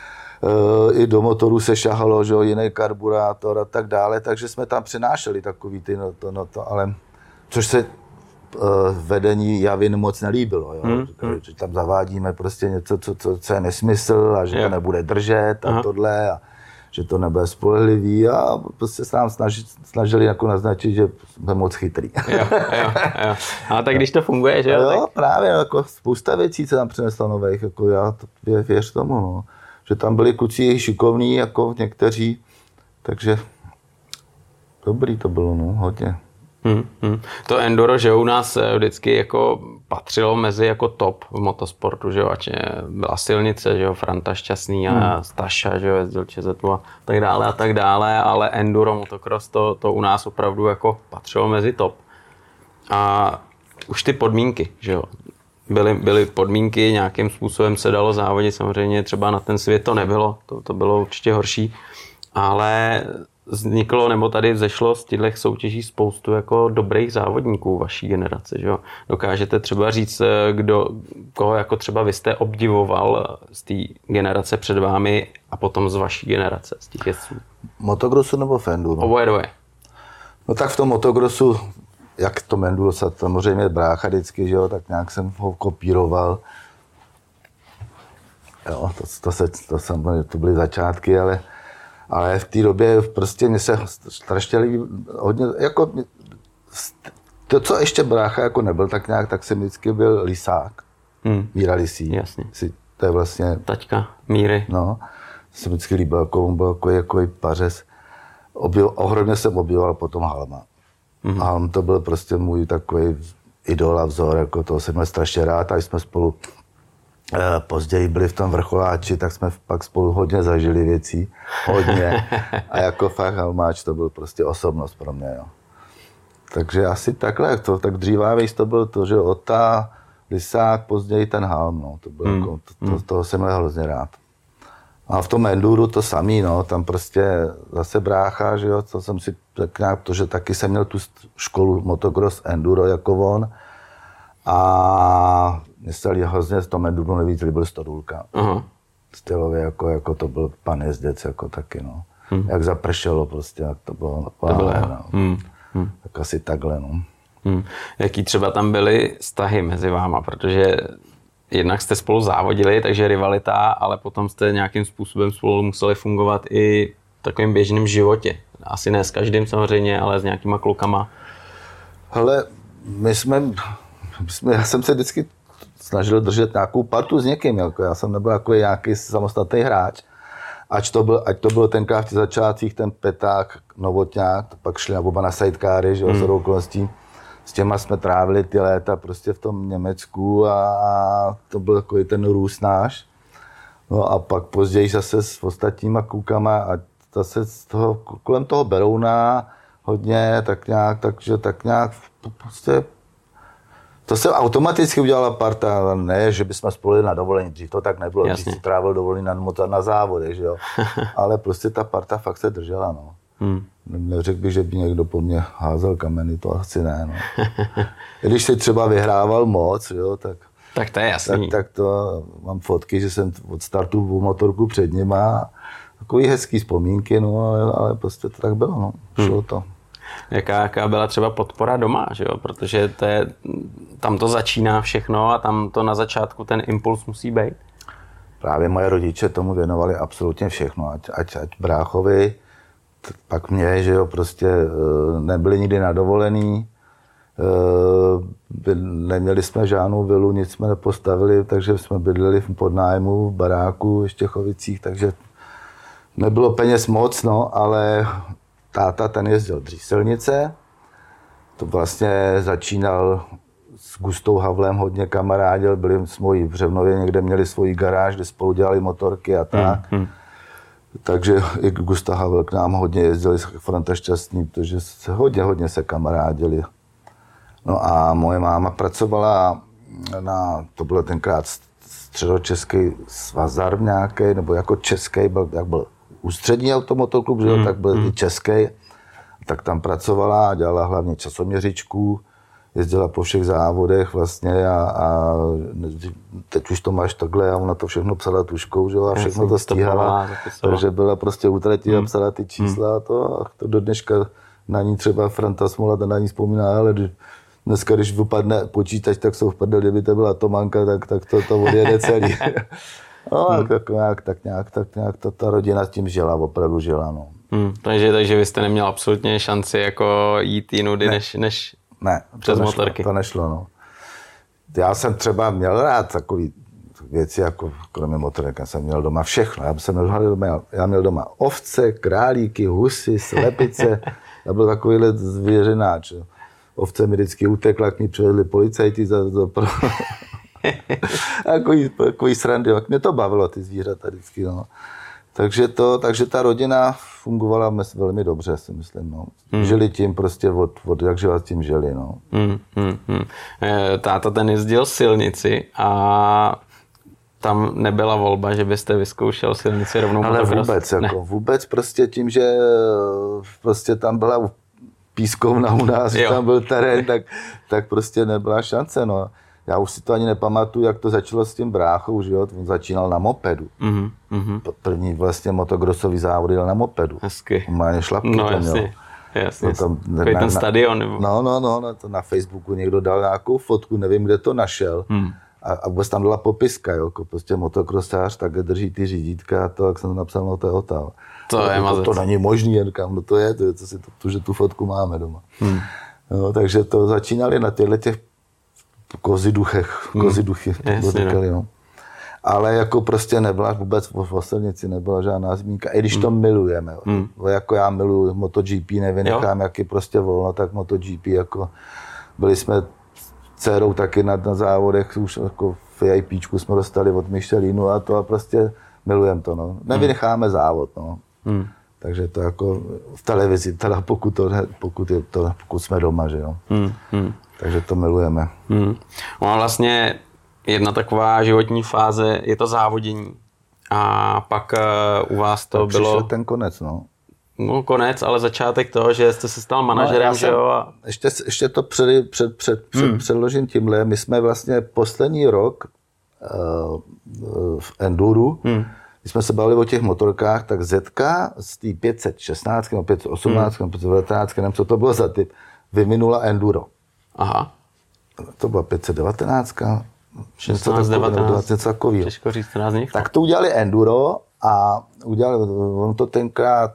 I do motoru se šahalo, že jo, jiný karburátor a tak dále, takže jsme tam přinášeli takový ty, ale což se vedení Javy moc nelíbilo, jo, že tam zavádíme prostě něco, co je nesmysl a že to nebude držet a tohle a že to nebude spolehlivý a prostě se nám snažili jako naznačit, že jsme moc chytrý. Jo. A tak když to funguje, že jo? Jo, právě, jako spousta věcí se tam přineslo nových, jako já věř tomu, no. Že tam byli kluci šikovní, jako někteří, takže dobrý to bylo, no, hodně. To enduro, že u nás vždycky jako patřilo mezi jako top v motosportu, že jo, ať byla silnice, že jo, Franta Šťastný a Staša, že jo, jezdil ČZ a tak dále, ale enduro, motocross, to u nás opravdu jako patřilo mezi top. A už ty podmínky, že jo, byly podmínky, nějakým způsobem se dalo závodit, samozřejmě třeba na ten svět to nebylo, to bylo určitě horší, ale vzniklo, nebo tady vzešlo z těchto soutěží spoustu jako dobrých závodníků vaší generace, že jo? Dokážete třeba říct, koho jako třeba vy jste obdivoval z té generace před vámi a potom z vaší generace, z těch jezdců? Motocrossu nebo v enduru? Oboje dvoje. No tak v tom motocrossu, jak to enduro, samozřejmě brácha vždycky, že jo, tak nějak jsem ho kopíroval. Jo, to byly začátky, ale v té době prostě mě se strašně líbí hodně, jako to, co ještě brácha jako nebyl tak nějak, tak jsem vždycky byl Lisák, Míra Lisý. Jasně. To je vlastně... Taťka Míry. No, se mi vždycky líbil, jako on byl jako pařez. Ohromně jsem obdivoval potom Halma. Halm to byl prostě můj takový idol a vzor, jako toho jsem měl strašně rád, a jsme spolu Později byli v tom vrcholáči, tak jsme pak spolu hodně zažili věcí. Hodně. A jako fakt Halmáč to byl prostě osobnost pro mě. Jo. Takže asi takhle, tak dřívávější to byl to, že Ota, Lisák, později ten Halm. No. To bylo jako, toho jsem měl hrozně rád. A v tom enduru to samý, no, tam prostě zase brácha, že jo, to jsem si tak nějak, protože taky jsem měl tu školu motocross enduro jako on. A mě se hrozně v tom enduru nejvíc líbil Stodulka. Stylově, jako to byl pan jezdec, jako taky, no. Jak zapršelo prostě, jak to bylo. Tak asi takhle, no. Jaký třeba tam byly vztahy mezi váma, protože jednak jste spolu závodili, takže rivalita, ale potom jste nějakým způsobem spolu museli fungovat i v takovém běžném životě. Asi ne s každým samozřejmě, ale s nějakýma klukama. Hele, já jsem se vždycky snažil držet nějakou partu s někým, jako já jsem nebyl jako nějaký samostatný hráč. Ať to bylo tenkrát v těch začátcích ten Peták, Novotňák, pak šli oba na sidecary, že jo, s okolností. S těma jsme trávili ty léta prostě v tom Německu a to byl takový ten růst náš. No a pak později zase s ostatníma klukama a zase kolem toho Berouna hodně, tak nějak prostě to se automaticky udělala parta, ne, že bychom spolu jeli na dovolení, dřív to tak nebylo, když si trávil dovolení na závodech, že jo. Ale prostě ta parta fakt se držela, no. Neřekl bych, že by někdo po mně házel kameny, to asi ne, no. Když si třeba vyhrával moc, jo, tak to je jasný. Tak to mám fotky, že jsem od startu v motorku před nima, takový hezký vzpomínky, no, ale prostě to tak bylo, no. Šlo to. Jaká byla třeba podpora doma, že jo? Protože tam to začíná všechno a tam to na začátku ten impuls musí být. Právě moje rodiče tomu věnovali absolutně všechno, ať bráchovi, pak mě, že jo, prostě nebyli nikdy na dovolený, neměli jsme žádnou vilu, nic jsme nepostavili, takže jsme bydleli v podnájmu v baráku v Štěchovicích, takže nebylo peněz moc, no, ale táta ten jezdil dřív silnice, to vlastně začínal s Gustou Havlem, hodně kamarádil, byli s mojí v Břevnově, někde měli svoji garáž, kde spolu dělali motorky a tak. Takže i Gusta Havel k nám hodně jezdili, Franta Šťastný, protože se hodně se kamarádili. No a moje máma pracovala to bylo tenkrát středočeský svazar nějaký, nebo jako český, jak byl ústřední automotoklub, že jo, tak byl i český. Tak tam pracovala a dělala hlavně časoměřičku, jezdila po všech závodech vlastně a teď už to máš takhle a ona to všechno psala tuškou, že jo, a všechno to stíhala, takže byla prostě utratí a psala ty čísla a to do dneška na ní třeba Franta Smola, ta na ní vzpomíná, ale dneska, když vypadne počítač, tak jsou v prdeli, kdyby to byla Tomanka, tak to odjede celý. No, tak nějak ta rodina s tím žila, opravdu žila, no. Takže vy jste neměl absolutně šanci jako jít jinudy, než přes motorky. To nešlo, no. Já jsem třeba měl rád takový věci, jako kromě motorek, já jsem měl doma všechno. Já měl doma ovce, králíky, husy, slepice. Já byl takovýhle zvěřenáč. Ovce mi vždycky utekla, k ní přivedli policajti takový srandy. Mě to bavilo, ty zvířata vždycky, no. Takže ta rodina fungovala velmi dobře, si myslím, no. Žili tím prostě od jak žila, tím žili, no. Táta ten jezdil silnici a tam nebyla volba, že byste vyzkoušel silnici rovnou motocross? Ale vůbec prostě tím, že prostě tam byla pískovna u nás, že tam byl terén, tak prostě nebyla šance, no. Já už si to ani nepamatuju, jak to začalo s tím bráchou, že jo, on začínal na mopedu. První vlastně motocrossový závod jel na mopedu. Hezky. Normálně šlapky to měl. Jasně, takový ten stadion. Nebo... No, to na Facebooku někdo dal nějakou fotku, nevím, kde to našel. A vůbec tam byla popiska, jo, jako prostě motocrossář, tak drží ty řídítka a to, jak jsem napsal, no to je Ota. To není možný, jen kam, no to je že tu fotku máme doma. No, takže to začínali na těch koziduchy, to říkali, no. Ale jako prostě nebyla vůbec v silnici, nebyla žádná zmínka, i když to milujeme. Jako já miluji MotoGP, nevynechám, jak je prostě volno, tak MotoGP, jako byli jsme dcerou taky na závodech, už jako VIPčku jsme dostali od Michelinu a to a prostě milujeme to, no. Nevynecháme závod, no. Takže to jako v televizi, teda pokud jsme doma, že jo. Takže to milujeme. Ono vlastně jedna taková životní fáze je to závodění. A pak u vás to bylo... Přišel ten konec, no. No konec, ale začátek toho, že jste se stal manažerem, že jo? A... Ještě to předložím tímhle. My jsme vlastně poslední rok v Enduru, když jsme se bavili o těch motorkách, tak Zetka z té 516, 518, 519, nevím, co to bylo za typ, vyvinula Enduro. Aha. To byla 519, 16, 19, takového. Těžko říct, z nich. Tak to udělali Enduro a on to tenkrát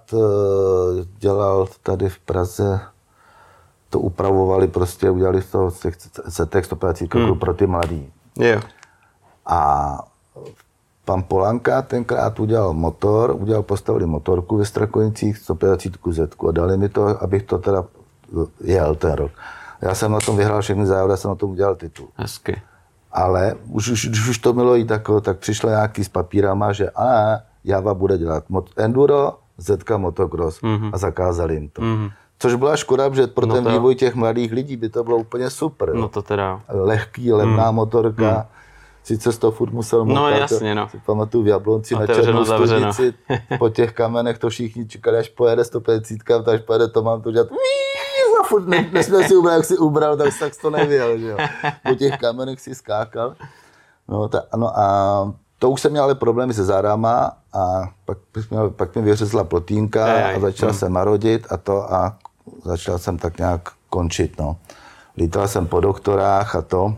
dělal tady v Praze, to upravovali prostě, udělali to z těch ZX 150 pro ty mladý. Jo. A pan Polanka tenkrát udělal motor, postavili motorku ve Strakonicích, 150 Zetku a dali mi to, abych to teda jel ten rok. Já jsem na tom vyhrál všechny závody, já jsem na tom udělal titul. Hezky. Ale když už to mělo jít tak přišlo nějaký s papírama, že Java bude dělat enduro, Zetka motocross a zakázali jim to. Což byla škoda, že pro ten vývoj těch mladých lidí by to bylo úplně super. No to teda. Lehký, levná motorka. Sice to furt musel motat. No jasně, no. Si pamatuju v Jablonci na Černou studnici, po těch kamenech to všichni čekali, až pojede 150, až pojede to mám to dělat. A furt nesměl si ubrat, jak si ubral, tak to nevěděl, že jo. Po těch kamenech si skákal. No a to už jsem měl ale problémy se zádama a pak mi vyřezla plotínka a začal jsem marodit a začal jsem tak nějak končit, no. Lítal jsem po doktorách a to.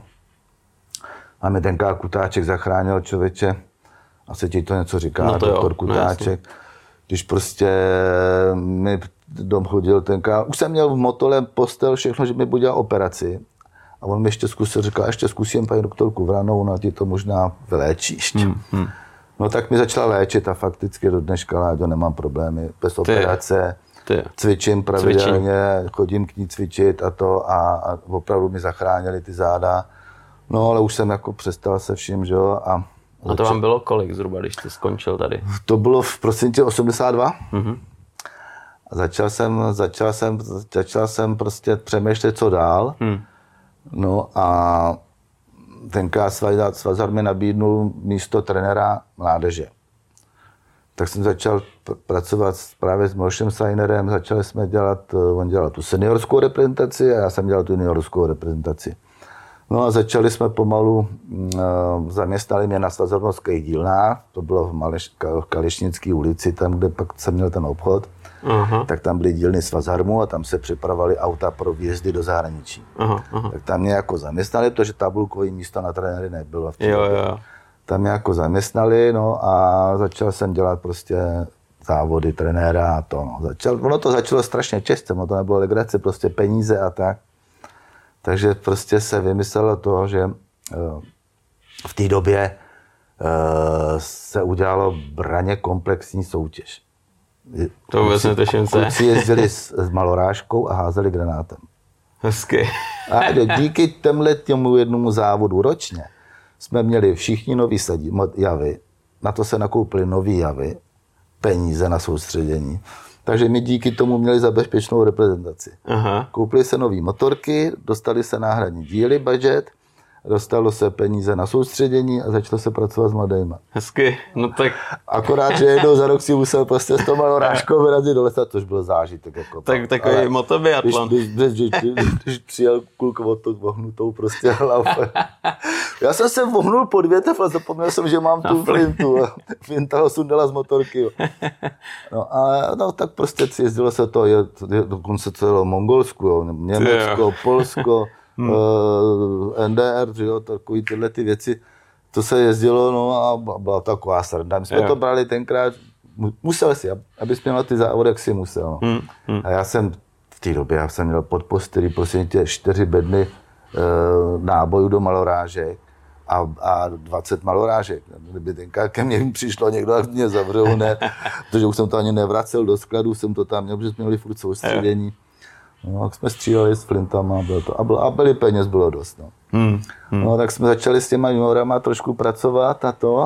A mě tenkrát Kutáček zachránil, člověče. Asi ti to něco říká, doktor Kutáček. Když prostě mi dom chodil tenkrát, už jsem měl v motole postel všechno, že mi bude dělat operaci. A on mi ještě zkusil, říkal, ještě zkusím paní doktorku Vranou, ona ti to možná vyléčí ještě. No tak mi začala léčit a fakticky do dneška, Láďo, nemám problémy, bez operace. Cvičím pravidelně, chodím k ní cvičit a opravdu mi zachránili ty záda. No, ale už jsem jako přestal se vším, že jo. A to vám bylo kolik zhruba, když jste skončil tady? To bylo v prosinci 82. A začal jsem prostě přemýšlet, co dál. No a tenkrát Svazar mi nabídnul místo trenéra mládeže. Tak jsem začal pracovat právě s Milošem Sajnerem, začali jsme dělat, on dělal tu seniorskou reprezentaci a já jsem dělal tu juniorskou reprezentaci. No a začali jsme pomalu, zaměstnali mě na svazarnovských dílnách, to bylo v Kališnické ulici, tam, kde pak jsem měl ten obchod. Tak tam byly dílny Svazarmu a tam se připravovaly auta pro výjezdy do zahraničí. Tak tam mě jako zaměstnali, protože tabulkový místo na trenéry nebylo. Tam mě jako zaměstnali, no a začal jsem dělat prostě závody trenéra a to. No. Ono to začalo strašně těžce, to nebylo legrace, prostě peníze a tak. Takže prostě se vymyslelo to, že v té době se udělalo braně komplexní soutěž. To vůbec netuším se. Kluci jezdili s malorážkou a házeli granátem. Hezky. A díky tomu jednomu závodu ročně jsme měli všichni nový javy, na to se nakoupili nový javy, peníze na soustředění. Takže my díky tomu měli za bezpečnou reprezentaci. Koupili se nový motorky, dostali se náhradní díly, budget, dostalo se peníze na soustředění a začalo se pracovat s mladejma. Hezky, no tak... Akorát, že jednou za rok si musel prostě s tou malorážkou vyrazit do lesa, což byl zážitek. Jako tak takový motobiatlon. Když přijel kluk vohnutou prostě hlavu. Já jsem se vohnul pod větev a zapomněl jsem, že mám tu flintu. Flinta ho sundala z motorky. Jo. No tak prostě jezdilo se to, dokonce celé Mongolsku, jo, Německo, Polsko, NDR, jo, takový tyhle ty věci, to se jezdilo, no a byla taková sranda. My jsme to brali tenkrát, musel si, abys měl na ty závody, jak si musel. No. A já jsem v té době, jsem měl pod posteli prostě 4 bedny nábojů do malorážek a 20 malorážek. Kdyby tenkrát ke mně přišlo někdo a mě zavřel, ne, protože už jsem to ani nevracel do skladu, jsem to tam měl, protože jsme měli furt soustředění. No, tak jsme stříleli s flintama, a byly peněz, bylo dost. No. No, tak jsme začali s těma juniorama trošku pracovat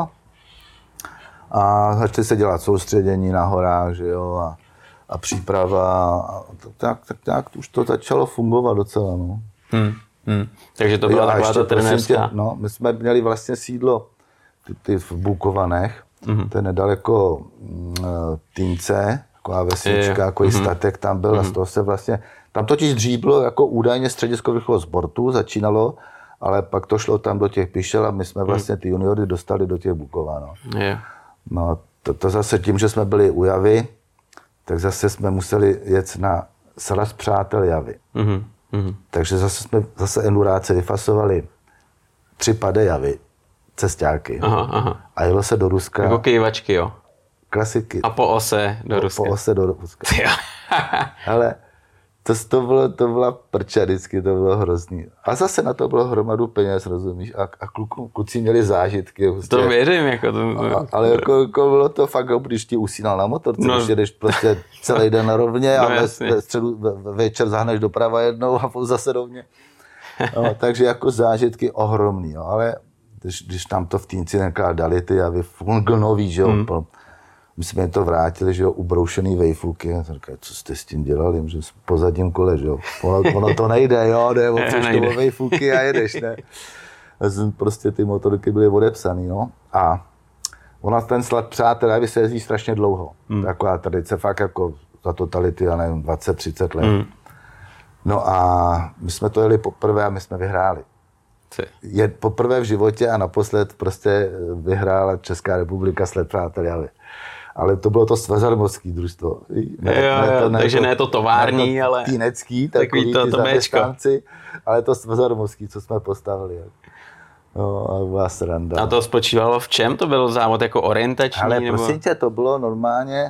a začali se dělat soustředění na horách, že jo, a příprava. A tak už to začalo fungovat docela, no. Takže to byla taková ta trenérská. No, my jsme měli vlastně sídlo ty v Bukovanech, to je nedaleko Týnce, taková vesnička, takový statek tam byl a z toho se vlastně, tam totiž dřív bylo jako údajně středisko vrcholového sportu, začínalo, ale pak to šlo tam do těch Pišel a my jsme vlastně ty juniory dostali do těch Bukova, no. No, to zase tím, že jsme byli u Javy, tak zase jsme museli jet na Sraz přátel Javy. Takže zase enduráci vyfasovali 3 pade Javy, cestáky. A jelo se do Ruska. Jako kývačky, jo? Klasiky. A po ose do Ruska. Po ose do Ruska. Ale to byla prča vždycky, to bylo hrozný. A zase na to bylo hromadu peněz, rozumíš? A kluci měli zážitky. Hustě. To věřím, jako to. Ale jako bylo to fakt, když ti usínal na motorce, když jedeš prostě celý den na rovně a ve středu večer zahneš doprava jednou a zase rovně. No, takže jako zážitky ohromný, jo. Ale když tam to v Týnci dali ty a funglnový, že jo, my jsme to vrátili, že jo, ubroušený vejfuky. A říkali, co jste s tím dělali, že po zadním kole, že jo. Ono to nejde, jo, jde o vejfuky a jedeš, ne. Prostě ty motorky byly odepsaný, no. A ona ten slad přátel Javy se jezdí strašně dlouho. Taková tradice, fakt jako za totality, já nevím, 20-30 let. No a my jsme to jeli poprvé a my jsme vyhráli. Je poprvé v životě a naposled prostě vyhrála Česká republika sled přátel Javy. Ale to bylo to svazarmovský družstvo. Takže ne to tovární, ale týnecký, takový ty zaměstnanci, ale to svazarmovský, co jsme postavili. No, a byla sranda. A to spočívalo v čem? To byl závod jako orientační? Ale prosím tě, to bylo normálně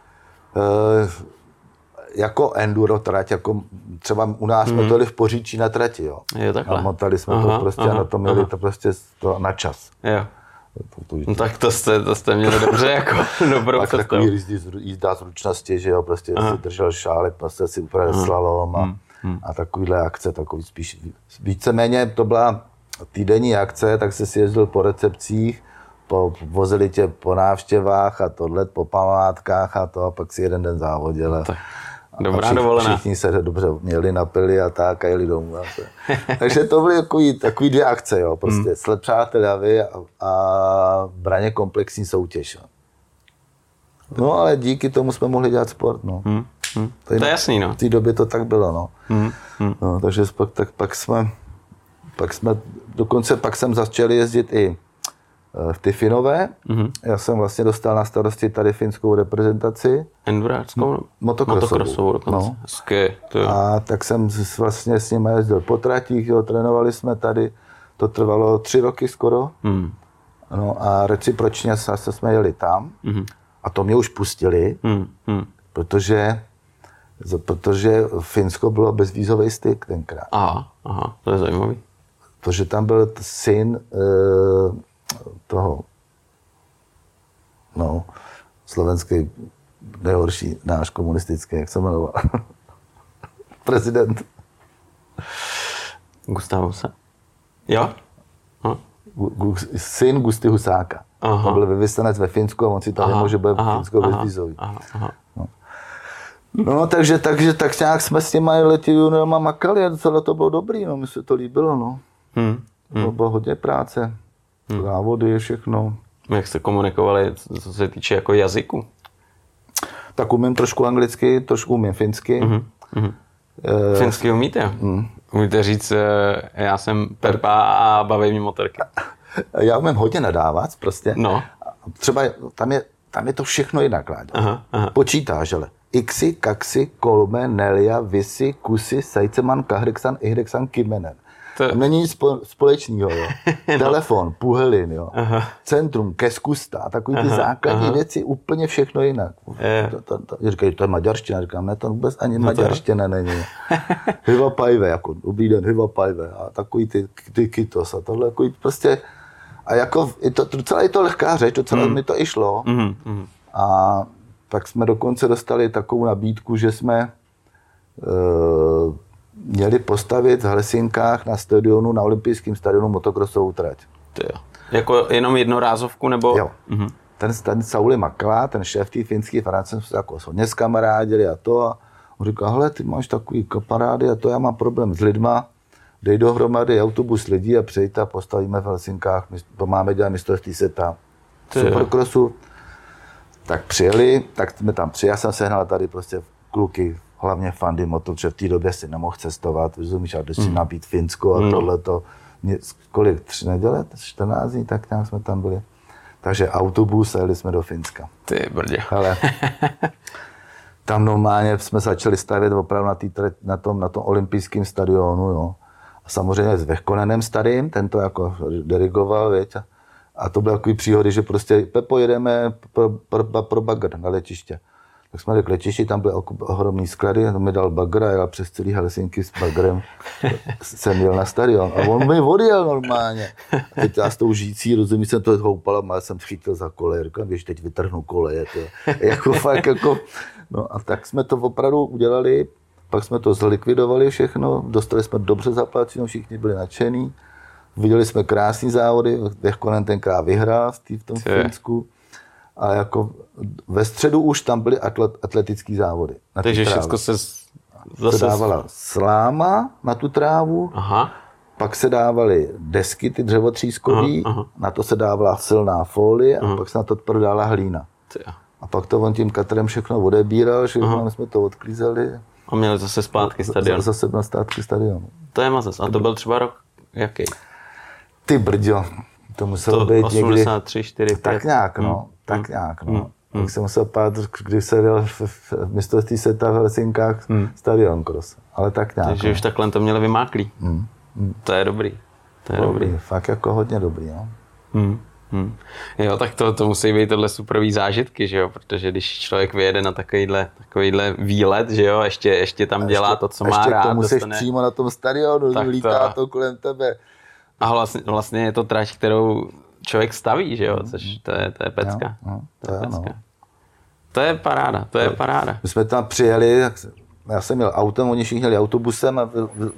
jako enduro trať, jako třeba u nás jsme to jeli v Poříčí na trati, jo. Takhle. A motali jsme to prostě a na to měli to prostě na čas. Jo. No tak to jste měli dobře jako dobrou pak představu. Takový jízda zručnosti, že jo, prostě si držel šálek, prostě si upravil slalom a takovýhle akce, takový spíš víceméně to byla týdenní akce, tak se si jezdil po recepcích, vozili tě po návštěvách a tohle, po památkách a to a pak si jeden den závodil. Dobrá dovolená. Všichni se dobře měli, napili a tak a jeli domů. Takže to byly takový 2 akce, jo, prostě sled přátel Javy a braně komplexní soutěž. Jo. No ale díky tomu jsme mohli dělat sport, no. To je jasný, no. V té době to tak bylo, no. No takže pak jsem začal jezdit i v ty Finové. Já jsem vlastně dostal na starosti tady finskou reprezentaci. Enduráckou? Motokrosovou dokonce. No. Hezky, a tak jsem vlastně s nimi jezdil po tratích, jo, trénovali jsme tady. To trvalo 3 roky skoro. No a recipročně zase jsme jeli tam. A to mě už pustili, protože Finsko bylo bezvízový styk tenkrát. Aha, to je zajímavý. Protože tam byl syn toho, no, slovenský nejhorší náš komunistický, jak se jmenoval, prezident. Gustav Husa? Jo? Syn Gusty Husáka. To byl vyvyslanec ve Finsku a on si tam nemůže být Finsko bezvízový. No, takže tak nějak jsme s těma juniorama makali a docela to bylo dobrý, no, mi se to líbilo, no. To bylo hodně práce, závody, všechno. Jak jste komunikovali, co se týče jako jazyku? Tak umím trošku anglicky, trošku umím finsky. Finsky umíte? Umíte říct, já jsem Pepa a baví mě motorky? Já umím hodně nadávat, prostě. No. Třeba tam je to všechno jinak, Láďo. Počítáš, ale Iksi, kaksi, kolme, nelia, visi, kusy, sajceman, kahrexan, ihrexan, kimenen. Tam není nic společného, jo. Telefon, puhelin, jo. Centrum, keskusta, takový ty základní věci, úplně všechno jinak. Říkají, to je maďarština, říkám, ne, to vůbec ani maďarština není. Hyvä päivä, jako dobrý den, hyvä päivä, a takový ty kytos a tohle, jako prostě, a jako, docela je to lehká řeč, docela mi to i šlo. A tak jsme dokonce dostali takovou nabídku, že jsme měli postavit v Helsinkách na stadionu, na olympijském stadionu motokrosovou trať. Jo. Jako jenom jednorázovku nebo? Jo. Ten Sauli Makala, ten šéf té finské France, jsme se jako hodně zkamarádili a to. A on říkal, hele, ty máš takový kamarády a to já mám problém s lidma. Dej dohromady autobus lidí a přijďte a postavíme v Helsinkách. To máme dělat mistrovství světa supercrossu. Tak přijeli, tak jsme tam přijeli. Já jsem sehnal tady prostě kluky, hlavně fandy moto, že v té době si nemohl cestovat, rozumíš, a když si nabít Finsko a tohleto. Kolik, 3 neděle, 14 dní, tak nějak jsme tam byli. Takže autobus a jeli jsme do Finska. Ty brdě. Ale tam normálně jsme začali stavět opravdu na tom olympijském stadionu, jo. A samozřejmě s Vehkonenem starým, ten to jako dirigoval, věď. A to byly takový příhody, že prostě Pepo, jedeme pro bagr na letiště. Tak jsme jeli k letišti, tam byly ohromný sklady, on mi dal bagr a jel přes celý Helsinky s bagrem. Jsem jel na stadion a on mi odjel normálně. A teď já s tou žijící, rozumím, jsem to houpal a jsem chytil za koleje. Říkám, když teď vytrhnu koleje. Jako fakt, jako... No a tak jsme to opravdu udělali, pak jsme to zlikvidovali všechno, dostali jsme dobře zaplaceno, všichni byli nadšení. Viděli jsme krásný závody, Vehkonen tenkrát vyhrál v tom Finsku. A jako ve středu už tam byly atletické závody. Takže všechno se dávala sláma na tu trávu, pak se dávaly desky, ty dřevotřískový, na to se dávala silná folie a pak se na to prodala hlína. A pak to on tím katrem všechno odebíral, všechno jsme to odklízeli. A měli zase zpátky stadion. Zase byl zpátky stadion. To je mazec. A to byl třeba rok jaký? Ty brďo, to muselo být 83, 4, 5. Tak nějak, no. Tak nějak, no. Tak jsem musel pát, když se jel v mistrovství světa v Helsinkách stadion cross. Ale tak nějak. Takže už takhle to měli vymáklý. To je dobrý. To je dobrý. Fakt jako hodně dobrý, no. Jo, tak to musí být tohle superový zážitky, že jo, protože když člověk vyjede na takovýhle výlet, že jo, ještě tam dělá to, co má rád. Ještě k tomu seš přímo na tom stadionu, lítá to kolem tebe. A vlastně je to trať, kterou člověk staví, že jo, což to je pecka. To je paráda. My jsme tam přijeli, já jsem měl autem, oni všichni jeli autobusem a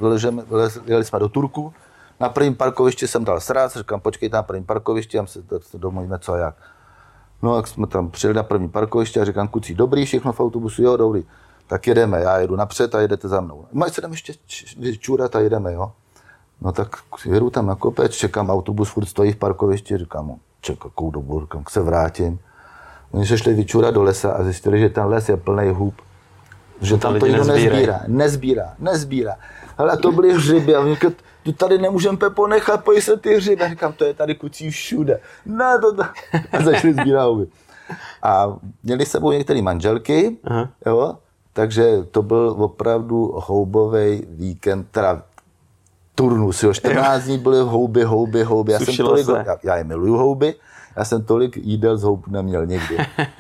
jeli jsme do Turku. Na prvním parkovišti jsem dal sraz, říkám, počkejte na prvním parkovišti, a se domluvíme co a jak. No, jak jsme tam přijeli na první parkoviště a říkám, kucí, dobrý, všechno v autobusu, jo, dobrý. Tak jedeme, já jedu napřed a jedete za mnou. Mají se tam ještě čůrat a jedeme, jo. No tak jedu tam na kopec, čekám, autobus furt stojí v parkovišti, říkám, čekám, jakou dobu, říkám, se vrátím. Oni se šli vyčůrat do lesa a zjistili, že ten les je plný hub. Že tam to nikdo nezbírá. Hele, to byly hřiby a oni říkají, tu tady nemůžeme, Pepo, nechat, pojď se ty hřiby. A říkám, to je tady kucí všude. No, to. A začali sbírat houby. A měli s sebou některé manželky, jo, takže to byl opravdu houbový víkend, teda turnus, jo, 14 dní byly houby. Já je miluju houby, já jsem tolik jídel z houb neměl nikdy.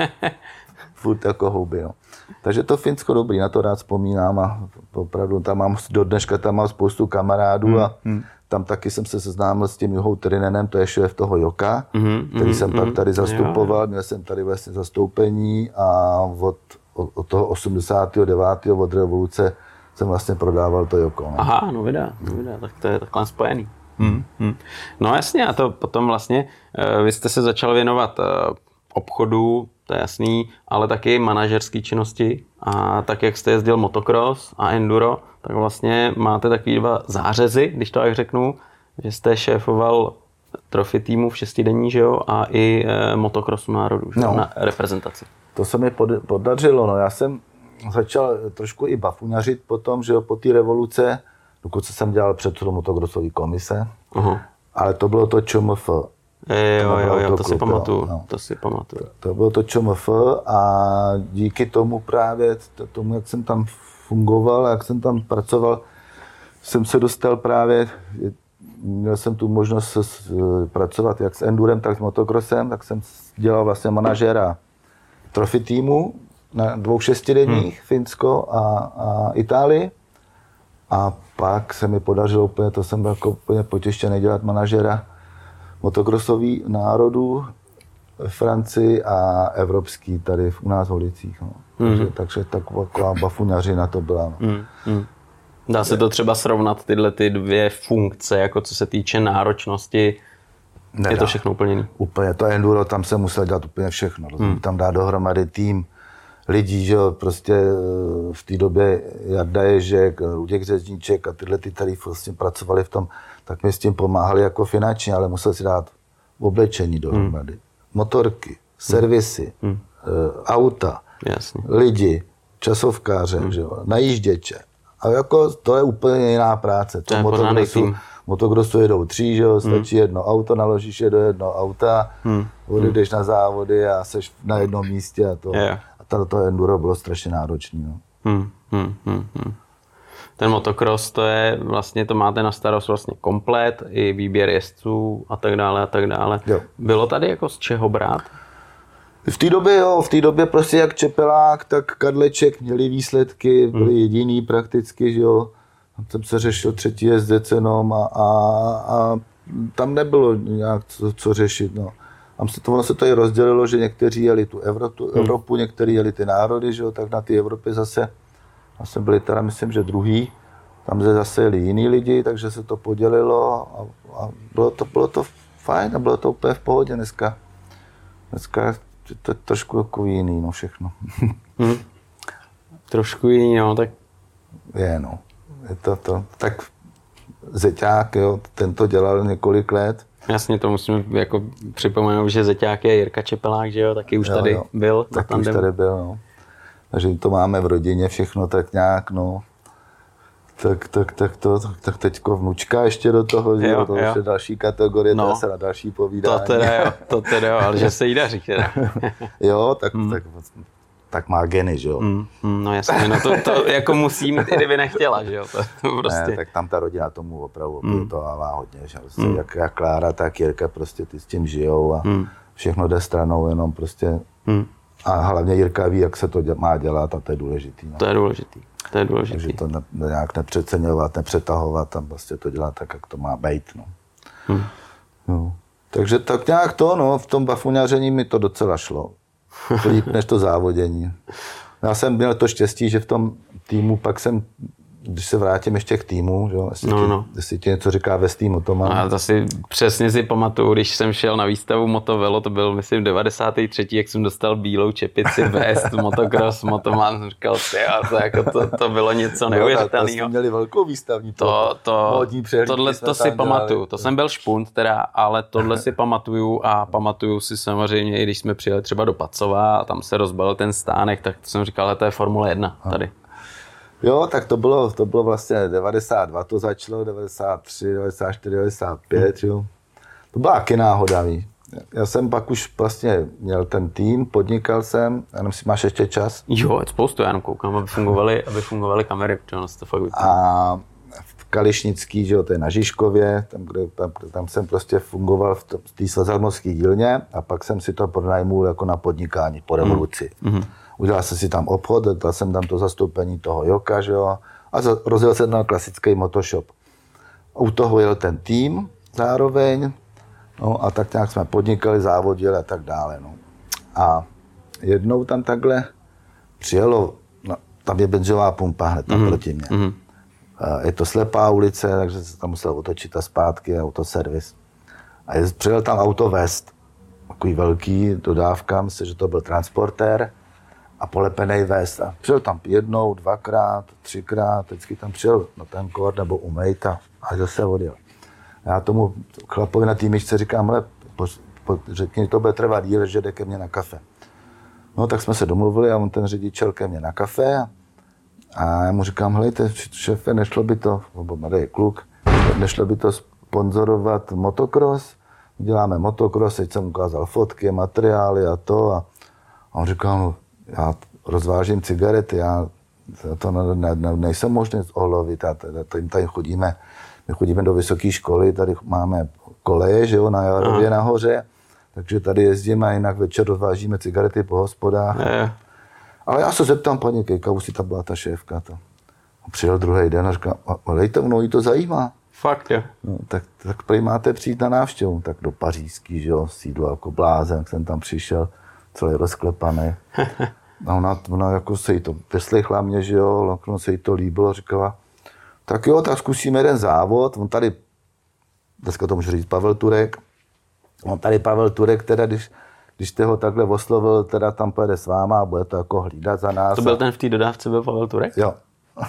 Furt jako houby, no. Takže to Finsko dobrý, na to rád vzpomínám a opravdu tam mám, do dneška tam mám spoustu kamarádů a tam taky jsem se seznámil s tím Juhou Trinenem, to je šéf toho Joka, který jsem pak tady zastupoval, měl jsem tady vlastně zastoupení a od toho 89. od revoluce jsem vlastně prodával to Joko. Ne? Aha, no videa, tak to je takhle spojený. No jasně, a to potom vlastně, vy jste se začal věnovat obchodu, to je jasný, ale taky manažerské činnosti a tak, jak jste jezdil motocross a enduro, tak vlastně máte takový 2 zářezy, když to tak řeknu, že jste šéfoval trophy týmu v 6denní, že jo, a i motocrossu národů, že? No. Na reprezentaci. To se mi podařilo, no já jsem začal trošku i bafuňařit potom, že jo, po té revoluce, dokud jsem dělal předsedu motocrossové komise, ale to bylo to ČMF. Jo, to si pamatuju. To bylo to ČMF a díky tomu právě, tomu, jak jsem tam fungoval, jak jsem tam pracoval, jsem se dostal právě, měl jsem tu možnost pracovat jak s endurem, tak s motocrossem, tak jsem dělal vlastně manažéra trophy týmu na 2 6denních, Finsko a Itálii. A pak se mi podařilo úplně, to jsem byl jako úplně potěštěný dělat manažera motocrossový národů ve Francii a evropský tady u nás v Holicích. No. Takže taková bafuňařina to byla. No. Dá se to třeba srovnat tyhle ty dvě funkce, jako co se týče náročnosti? Nedá. Je to všechno úplně jiný? Úplně, to enduro, tam se musel dělat úplně všechno. Tam dát dohromady tým lidí, že jo, prostě v té době Jarda Ježek, Luděk Řezníček a tyhle ty tady vlastně pracovali v tom, tak mi s tím pomáhali jako finančně, ale musel si dát oblečení dohromady, motorky, servisy, auta, jasně, lidi, časovkáře, že jo, najížděče. A jako to je úplně jiná práce. To motokrosu jedou 3, že jo, stačí jedno auto, naložíš je do jednoho auta, odejdeš na závody a seš na jednom místě a to. A to enduro bylo strašně náročné. No. Ten motocross, to je vlastně, to máte na starost vlastně komplet, i výběr jezdců a tak dále a tak dále. Jo. Bylo tady jako z čeho brát? V té době prostě jak Čepelák, tak Kadleček měli výsledky, byli jediný prakticky, že jo. Tam se řešil 3. jezdec jenom a tam nebylo nějak co řešit, no. Ono se to i rozdělilo, že někteří jeli tu Evropu, někteří jeli ty národy, že jo, tak na ty Evropy zase byli teda, myslím, že druhý, tam zase jeli jiní lidi, takže se to podělilo a bylo to fajn a bylo to úplně v pohodě dneska to je trošku jako jiný, no všechno. Trošku jiný, no, tak... Je, no. Je to. Tak Zeťák, jo, ten to dělal několik let. Jasně, to musíme jako připomenout, že Zeťák je Jirka Čepelák, že jo, taky už tady byl. Taky už tady byl, no. Takže to máme v rodině všechno tak nějak, no. Tak teďko vnučka ještě do toho, že jo, to už je další kategorie, to je se na další povídání. To teda jo, ale že se jí daří teda. Jo, tak má geny, že jo. No jasně, no to jako musí mít, i kdyby nechtěla, že jo, to prostě. Ne, tak tam ta rodina tomu opravdu obětovává hodně, že prostě jak Klára, tak Jirka prostě ty s tím žijou a všechno jde stranou, jenom prostě a hlavně Jirka ví, jak se to má dělat a to je důležitý. No. To je důležitý. Takže to nějak nepřeceňovat, nepřetahovat, tam prostě to dělat tak, jak to má být, no. No. Takže tak nějak to, no, v tom bafuňaření mi to docela šlo. Líp než to závodění. Já jsem měl to štěstí, že v tom týmu pak jsem, když se vrátím ještě k týmu, že? Jestli ti něco říká ve týmu, to mám. A to přesně si pamatuju, když jsem šel na výstavu Motovelo, to byl myslím 93. jak jsem dostal bílou čepici, vest, motocross, motoman, říkal to bylo něco neuvěřitelného. To měli velkou výstavní tohle to si pamatuju, to jsem byl špunt teda, ale tohle si pamatuju a pamatuju si samozřejmě, i když jsme přijeli třeba do Pacova a tam se rozbalil ten stánek, tak to jsem říkal, že to je Formule 1 tady. Jo, tak to bylo vlastně 92 to začalo, 93, 94, 95, jo. To byla taky náhoda, víš. Já jsem pak už vlastně měl ten tým, podnikal jsem, já nevím, máš ještě čas? Jo, je spoustu, já jenom koukám, aby fungovaly kamery, protože ono se to fakt vypadá. A v Kališnický, že jo, to je na Žižkově, tam jsem prostě fungoval v té svazalmovské dílně a pak jsem si to pronajmul jako na podnikání po revoluci. Udělal jsem si tam obchod, dal jsem tam to zastoupení toho Joka, že jo, a rozjel jsem tam klasický motoshop. U toho jel ten tým zároveň, no a tak nějak jsme podnikali, závodili a tak dále, no. A jednou tam takhle přijelo, no, tam je benzová pumpa hned tam proti mě. Je to slepá ulice, takže se tam musel otočit a zpátky, autoservis. A přijel tam auto Vest, takový velký dodávka, myslím, že to byl transportér, a polepený vest. A přijel tam jednou, dvakrát, třikrát, vždycky tam přijel na ten kor nebo umejt a zase odjel. Já tomu chlapovi na té myšce říkám, hele, řekni, to bude trvat díl, že jde ke mně na kafe. No tak jsme se domluvili a on ten řidič šel ke mně na kafe a já mu říkám, helejte, šéfe, nešlo by to, nebo mladý kluk, nešlo by to sponzorovat motocross, děláme motocross, teď jsem ukázal fotky, materiály a to a on říkal, no, já rozvážím cigarety, já to nejsem možný ohlovit, tady chodíme, my chodíme do vysoké školy, tady máme koleje, že jo, na Jarově nahoře, takže tady jezdíme a jinak večer rozvážíme cigarety po hospodách. Ale já se zeptám paní Kejka, už si tam byla ta šéfka. A přijel druhý den a říkal, lejte, jí to zajímá. Fakt, jo. No, tak prý máte přijít na návštěvu, tak do pařížský, že jo, sídlo jako blázen, jsem tam přišel, celý rozklepaný. A ona jako se jí to vyslechla mě, že jo, se jí to líbilo, říkala, tak jo, tak zkusíme jeden závod, on tady, dneska to můžu říct Pavel Turek, on tady Pavel Turek, teda když jste ho takhle oslovil, teda tam pojede s váma a bude to jako hlídat za nás. To byl ten v té dodávce, byl Pavel Turek? Jo.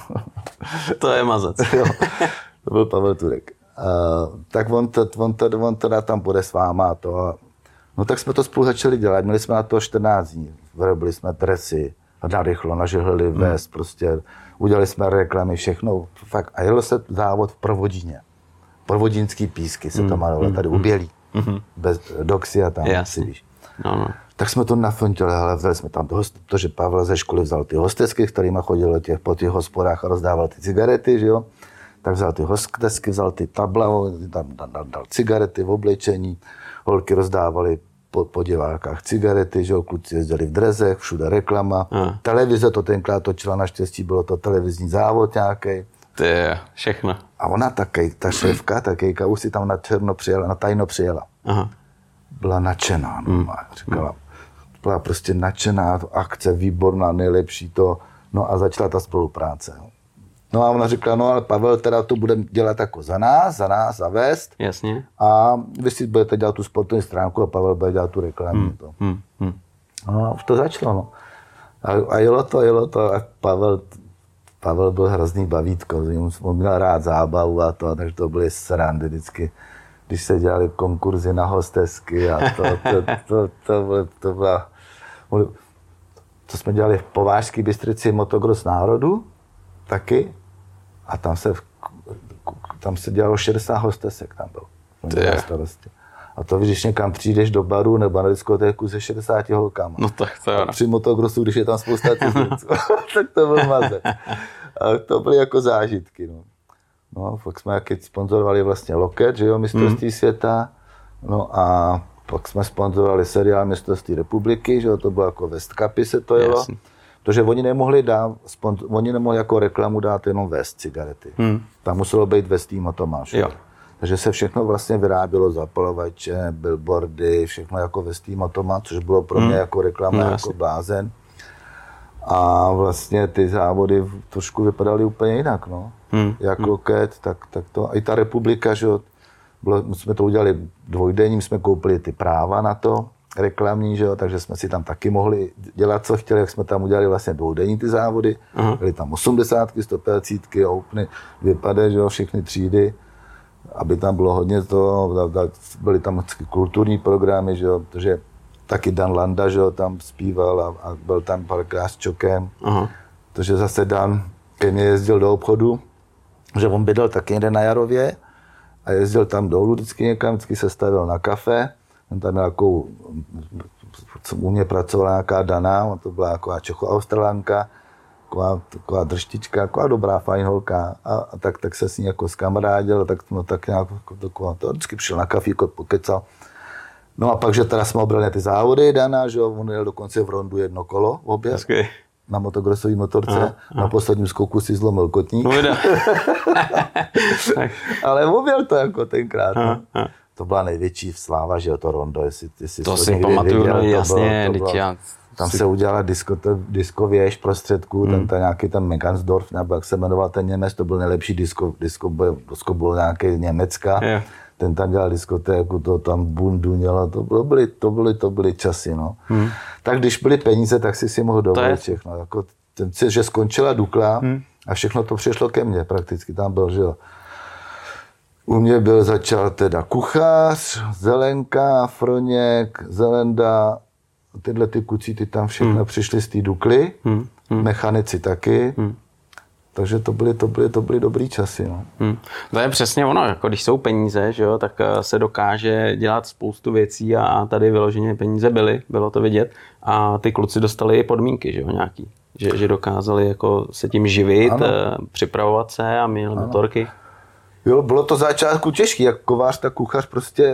To je mazec. Jo, to byl Pavel Turek. Tak on teda tam bude s váma a to. No tak jsme to spolu začali dělat, měli jsme na to 14 dní. Vyrobili jsme dresy, narychlo, nažehlili vést, prostě udělali jsme reklamy, všechno. Fakt. A jelo se závod v Provodíně. Provodínský písky se to jmenovalo, tady u Bělí. Bez doxy a tam, si víš. No. Tak jsme to nafontili, ale vzali jsme tam protože Pavel ze školy vzal ty hostesky, kterýma chodil po těch hospodách a rozdával ty cigarety, že jo. Tak vzal ty hostesky, vzal ty tabla, dal cigarety v oblečení, holky rozdávali po divákách cigarety, že jo, kluci jezdili v drezech, všude reklama. Televize to tenkrát točila, naštěstí bylo to televizní závod nějaký. To je všechno. A ona ta šéfka, ta Kejka, už si tam na tajno přijela. Aha. Byla nadšená, říkala, byla prostě nadšená, akce výborná, nejlepší to, no a začala ta spolupráce. No a ona říkala, no ale Pavel teda to bude dělat jako za nás, zavést. Jasně. A vy si budete dělat tu sportovní stránku a Pavel bude dělat tu reklamu. No a už to začalo, no. A jelo to a Pavel byl hrozný bavítko, on měl rád zábavu a to, takže to byly srandy vždycky, když se dělali konkurzy na hostesky a to byla... To jsme dělali v Povážské Bystrici motocross národu taky a tam se dělalo 60 hostesek, tam byl. A to když někam přijdeš do baru nebo na diskotéku se 60 holkama. No tak to jo. Při motocrossu, když je tam spousta cizinců, tak to byl mazec. A to byly jako zážitky. No, pak jsme jaký sponzorovali vlastně Loket, že jo, mistrovství světa. No a pak jsme sponzorovali seriál mistrovství republiky, že jo, to bylo jako West Cupy se to jelo. Jasně. Protože oni nemohli jako reklamu dát jenom West cigarety. Tam muselo být West Team Tomáš. Takže se všechno vlastně vyrábělo, zapalovače, billboardy, všechno jako West Team Tomáš, což bylo pro mě jako reklama jako blázen. A vlastně ty závody trošku vypadaly úplně jinak, no. Jak Loket, tak to. A i ta republika, že jo, jsme to udělali dvojdenním, jsme koupili ty práva na to, reklamní, že jo, takže jsme si tam taky mohli dělat, co chtěli, jak jsme tam udělali vlastně dvoudenní ty závody. Byly tam 80, 150, Openy, vypady, že jo, všechny třídy, aby tam bylo hodně toho, byly tam kulturní programy, že jo, protože taky Dan Landa, že jo, tam zpíval a byl tam párkrát s Čokem, protože zase Dan ke mně jezdil do obchodu, že on bydlel taky někde na Jarově a jezdil tam dolů vždycky někam, vždycky se stavil na kafe. On tam nějakou, u mě pracovala nějaká Dana, to byla taková Čecho-Australanka, taková drštička, taková dobrá, fajn holka. A tak se s ní jako zkamarádil, tak nějak to vždycky přišel na kafíko, pokecal. No a pak, že teda jsme obrali ty závody Dana, že on jel dokonce v rondu jedno kolo v obě. Na motocrossové motorce. Na posledním skoku si zlomil kotník. Ale objel to jako tenkrát. To byla největší sláva, že jo, to rondo, jestli to si pamatuju, viděl, jasně. Tam se udělala diskověž prostředků, ten nějaký ten Megansdorf, nebo jak se jmenoval ten Němec, to byl nejlepší disko byl nějaký Německa. Ten tam dělal diskotéku, to tam bundu mělo, to byly časy, no. Tak když byly peníze, tak si mohl dovolit všechno. Jako že skončila Dukla a všechno to přišlo ke mně prakticky, tam byl, že jo. U mě začal teda kuchař, Zelenka, Froněk, Zelenda, tyhle ty kucí, ty tam všechno přišli z té Dukly, mechanici taky. Takže to byly dobrý časy. No. To je přesně ono, jako když jsou peníze, že jo, tak se dokáže dělat spoustu věcí a tady vyloženě peníze bylo to vidět a ty kluci dostali podmínky, že jo, nějaký. Že dokázali jako se tím živit, připravovat se a měli motorky. Jo, bylo to začátku těžký, jak kovář, tak kuchař prostě,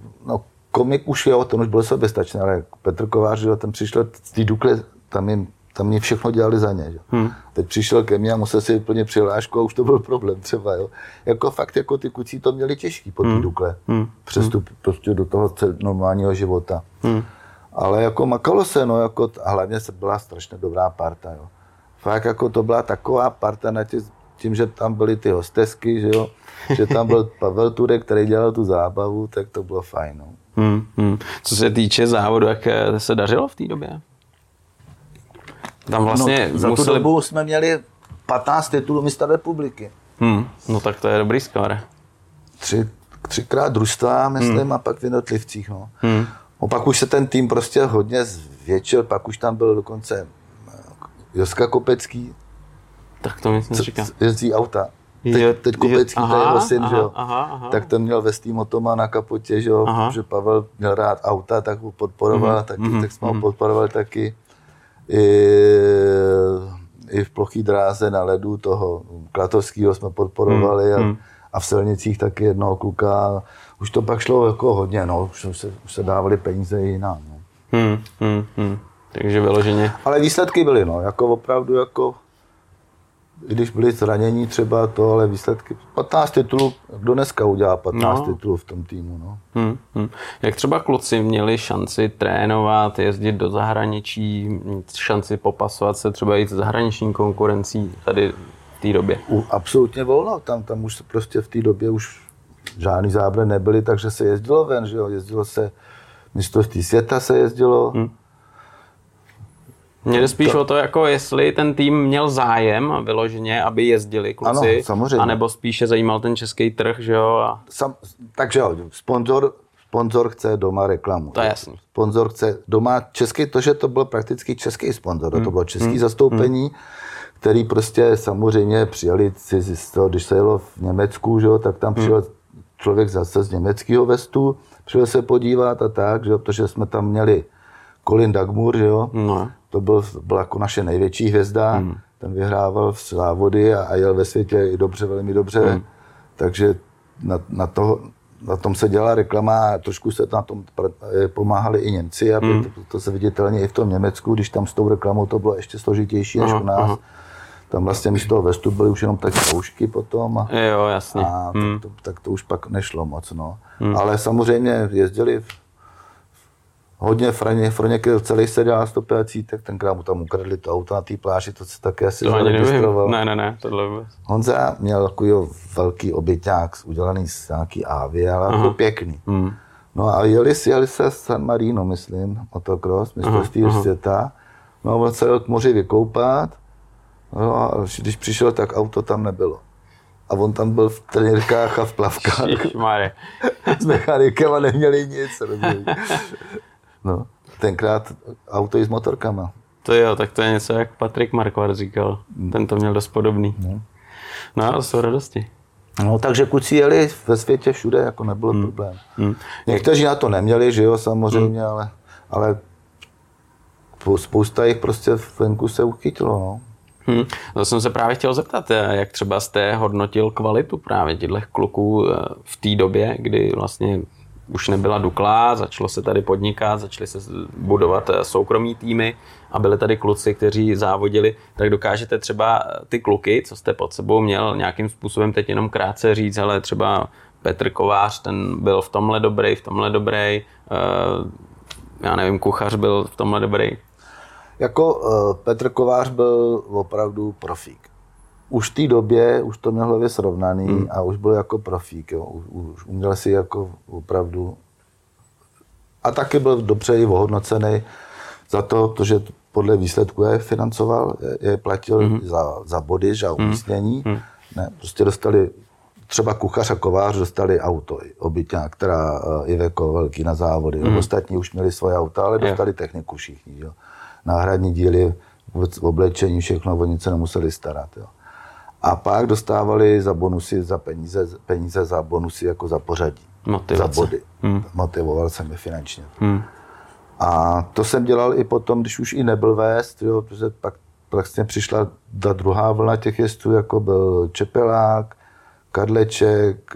komik už jo, ten už byl soběstačný, ale Petr Kovář, jo, ten přišel z té Dukle, tam jim tam mě všechno dělali za ně. Že? Teď přišel ke mně a musel si vyplnit přihlášku a už to byl problém třeba. Jo? Jako fakt, jako ty kluci to měli těžký po té Dukle. Přestup prostě do toho normálního života. Ale jako makalo se, no, jako, a hlavně se byla strašně dobrá parta. Jo? Fakt jako to byla taková parta na tím, že tam byly ty hostesky, že jo, že tam byl Pavel Turek, který dělal tu zábavu, tak to bylo fajn. No. Co se týče závodu, jak se dařilo v té době? Tam vlastně za tu dobu jsme měli 15 titulů mistra republiky. No tak to je dobrý skóre. Třikrát družstva, myslím, a pak v jednotlivcích. No. No, pak už se ten tým prostě hodně zvětšil, pak už tam byl dokonce Joska Kopecký. Tak to mi nic neříká. Jezdí auta. Teď Kopecký, to je jeho syn, že jo. Tak ten měl Vestý Motoma na kapotě, že jo, že Pavel měl rád auta, tak ho podporoval taky, tak jsme ho podporovali taky. I v plochý dráze na ledu toho Klatovského jsme podporovali a v silnicích taky jednoho kluka. Už to pak šlo jako hodně, no, už se dávali peníze i jinam. No. Takže vyloženě. Ale výsledky byly, no, jako opravdu, jako když byly zranění třeba to, ale výsledky 15 titulů, kdo dneska udělá 15 titulů v tom týmu, no. Jak třeba kluci měli šanci trénovat, jezdit do zahraničí, šanci popasovat se třeba i s zahraniční konkurencí tady v té době? Absolutně volno, tam už prostě v té době už žádný zábran nebyly, takže se jezdilo ven, že jo, jezdilo se, mistrovství světa se jezdilo. Mně jde spíš o to, jako jestli ten tým měl zájem vyloženě, aby jezdili kluci, ano, samozřejmě. Anebo spíše zajímal ten český trh, že jo? Takže jo, sponzor chce doma reklamu. To je jasný. Sponzor chce doma český, to, že to byl prakticky český sponzor, to bylo český zastoupení, který prostě samozřejmě přijali, když se jelo v Německu, že jo, tak tam přijel člověk zase z německého vestu, přijel se podívat a tak, že jo, protože jsme tam měli Colin Dagmur, že jo, to byl jako naše největší hvězda, ten vyhrával v závody a jel ve světě i dobře, velmi dobře, takže na tom se dělala reklama a trošku se na tom pomáhali i Němci, aby to se viditelně i v tom Německu, když tam s tou reklamou to bylo ještě složitější než u nás. Tam vlastně místo toho vestu byly už jenom taky roušky potom. Jo, jasně. A tak to už pak nešlo moc, no. Ale samozřejmě jezdili hodně Froněk celý se dělal 105, tak tenkrát mu tam ukradli to auto na té pláži, to se také asi zaregistroval. Ne, tohle vůbec. Honza měl takový velký obyťák udělaný z nějaký Avy, ale jako pěkný. No a jeli se San Marino, myslím, motocross, mistrovství světa. No a on se jel k moři vykoupat, no a když přišel, tak auto tam nebylo. A on tam byl v trenýrkách a v plavkách. S mechanikem a neměli nic, rozumíš. No, tenkrát auto i s motorkama. To jo, tak to je něco, jak Patrik Marquardt říkal. Ten to měl dost podobný. No, to jsou radosti. No, takže kluci jeli ve světě všude, jako nebylo problém. Někteří na to neměli, že jo, samozřejmě, ale spousta jich prostě venku se uchytilo, no. To jsem se právě chtěl zeptat, jak třeba jste hodnotil kvalitu právě těchto kluků v té době, kdy vlastně už nebyla Dukla, začalo se tady podnikat, začaly se budovat soukromí týmy a byli tady kluci, kteří závodili, tak dokážete třeba ty kluky, co jste pod sebou měl, nějakým způsobem teď jenom krátce říct, ale třeba Petr Kovář, ten byl v tomhle dobrý, já nevím, Kuchař byl v tomhle dobrý. Jako Petr Kovář byl opravdu profík. Už v té době, už to měl hlavě srovnaný a už byl jako profík, jo. Už uměl si jako opravdu a taky byl dobře i ohodnocený za to, že podle výsledku je financoval, je platil za body, za umístění. Ne, prostě dostali třeba Kuchař a Kovář dostali auto, obyťák, která Iveco velký na závody. Ostatní už měli svoje auta, ale dostali techniku všichni, jo. Náhradní díly, oblečení, všechno, oni se nemuseli starat, jo. A pak dostávali za bonusy, za peníze za bonusy jako za pořadí. Motivace. Za body. Motivoval jsem je finančně. A to jsem dělal i potom, když už i nebyl vést, jo, protože pak vlastně přišla ta druhá vlna těch jezdců, jako byl Čepelák, Kadleček,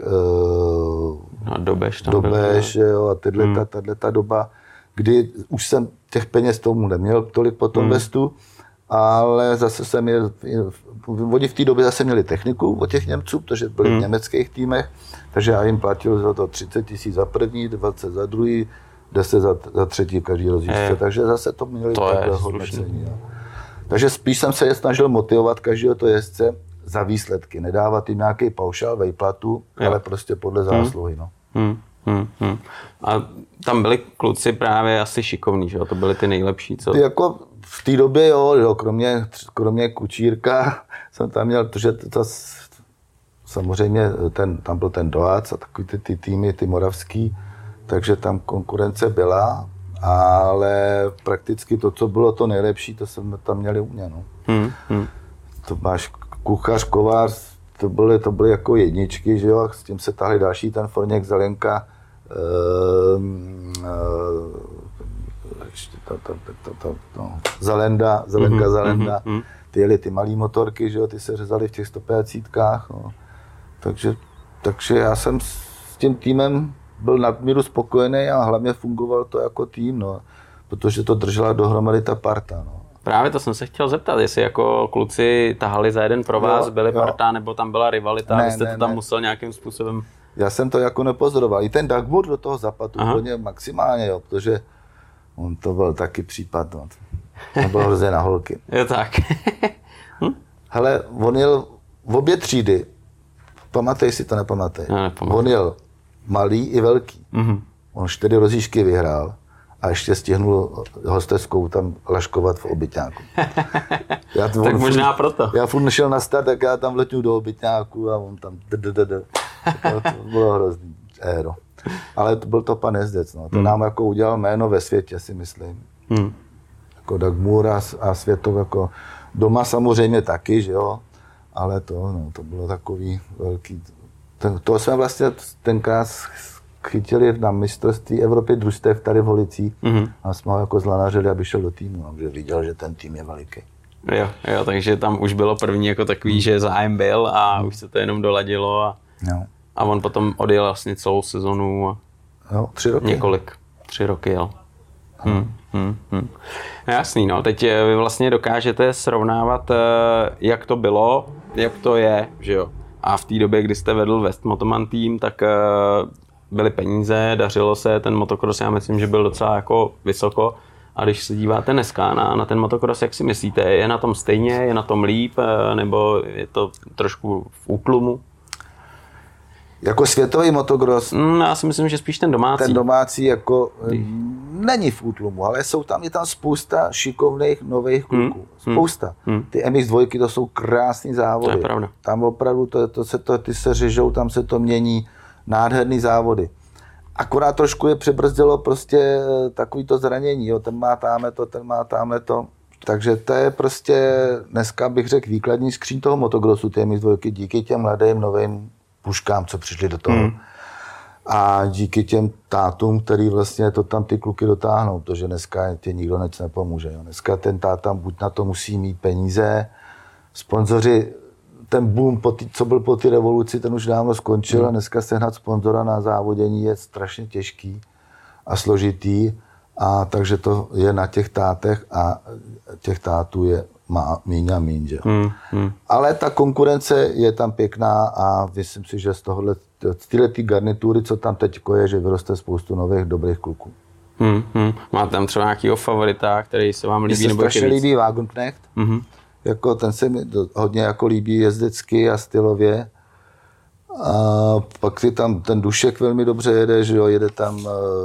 Dobeš, jo, a tato doba, kdy už jsem těch peněz tomu neměl tolik po tom vestu ale zase jsem oni v té době zase měli techniku od těch Němců, protože byli v německých týmech, takže já jim platil za to 30 000 za první, 20 za druhý, 10 za třetí v každý rozjížďce, takže zase to měli takové hodnocení. Takže spíš jsem se je snažil motivovat každého to jezdce za výsledky, nedávat jim nějaký paušál, vejplatu, ale prostě podle zásluhy. No. A tam byli kluci právě asi šikovní, že jo? To byli ty nejlepší, co? Jako v té době, jo, kromě Kučírka jsem tam měl, protože samozřejmě tam byl ten Doác a takový ty týmy, ty moravský, takže tam konkurence byla, ale prakticky to, co bylo to nejlepší, to jsme tam měli u mě. No. To máš Kuchař, Kovář, to byly jako jedničky, že jo, s tím se tahli další, ten Forněk, Zelenka, Zelenka, ty jeli ty malý motorky, že jo, ty se řezali v těch 150, no. Takže já jsem s tím týmem byl nadmíru spokojený a hlavně fungoval to jako tým, no, protože to držela dohromady ta parta, no. Právě to jsem se chtěl zeptat, jestli jako kluci tahali za jeden pro vás, byli parta, nebo tam byla rivalita, a vy jste to tam musel nějakým způsobem... Já jsem to jako nepozoroval. I ten Dagmur do toho zapadl úplně maximálně, jo, protože on to byl taky případ, no. To bylo hrozně na holky. Jo tak. Hele, on jel v obě třídy, pamatej si to, nepamatej. On jel malý i velký. On 4 rozjížďky vyhrál a ještě stihnul hosteskou tam laškovat v obytňáku. Tak možná proto. Já furt nešel na start, tak já tam letňu do obytňáku a on tam To bylo hrozný éro. Ale to byl to pan jezdec, no. To nám jako udělal jméno ve světě, si myslím. Jako Dagmur a světov jako doma samozřejmě taky, že jo. Ale to bylo takový velký. To jsme vlastně tenkrát chytili na mistrovství Evropy družstev tady v Holicích a jsme ho jako zlanařili, aby šel do týmu, protože viděl, že ten tým je veliký. Jo, takže tam už bylo první jako takový, že zájem byl a už se to jenom doladilo a on potom odjel vlastně celou sezonu a 3 roky. 3 roky jel. Jasný, no. Teď vy vlastně dokážete srovnávat, jak to bylo, jak to je, že jo. A v té době, kdy jste vedl West Motoman tým, tak byly peníze, dařilo se, ten motocross, já myslím, že byl docela jako vysoko. A když se díváte dneska na ten motocross, jak si myslíte, je na tom stejně, je na tom líp, nebo je to trošku v útlumu? Jako světový motocross? Já si myslím, že spíš ten domácí. Ten domácí jako není v útlumu, ale je tam spousta šikovných nových kluků. Spousta. Ty MX2 to jsou krásný závody. To je pravda. Tam opravdu ty se řežou, tam se to mění. Nádherný závody. Akorát trošku je přebrzdilo prostě takový to zranění, jo. Ten má tamhle to. Takže to je prostě dneska bych řekl výkladní skříň toho motocrossu, ty MX2 díky těm mladým novým puškám, co přišli do toho. A díky těm tátům, který vlastně to tam ty kluky dotáhnou, protože dneska tě nikdo nic nepomůže. Jo. Dneska ten táta buď na to musí mít peníze, sponzoři, ten boom, co byl po té revoluci, ten už dávno skončil a dneska sehnat sponzora na závodění je strašně těžký a složitý. A takže to je na těch tátech a těch tátů je míň a míň. Ale ta konkurence je tam pěkná a myslím si, že z této garnitury, co tam teď je, že vyroste spoustu nových dobrých kluků. Máte tam třeba nějakýho favorita, který se vám líbí? Mně se strašně líbí Wagenknecht. Jako ten se mi hodně jako líbí jezdecky a stylově. A pak si tam ten Dušek velmi dobře jede, že jo, jede tam,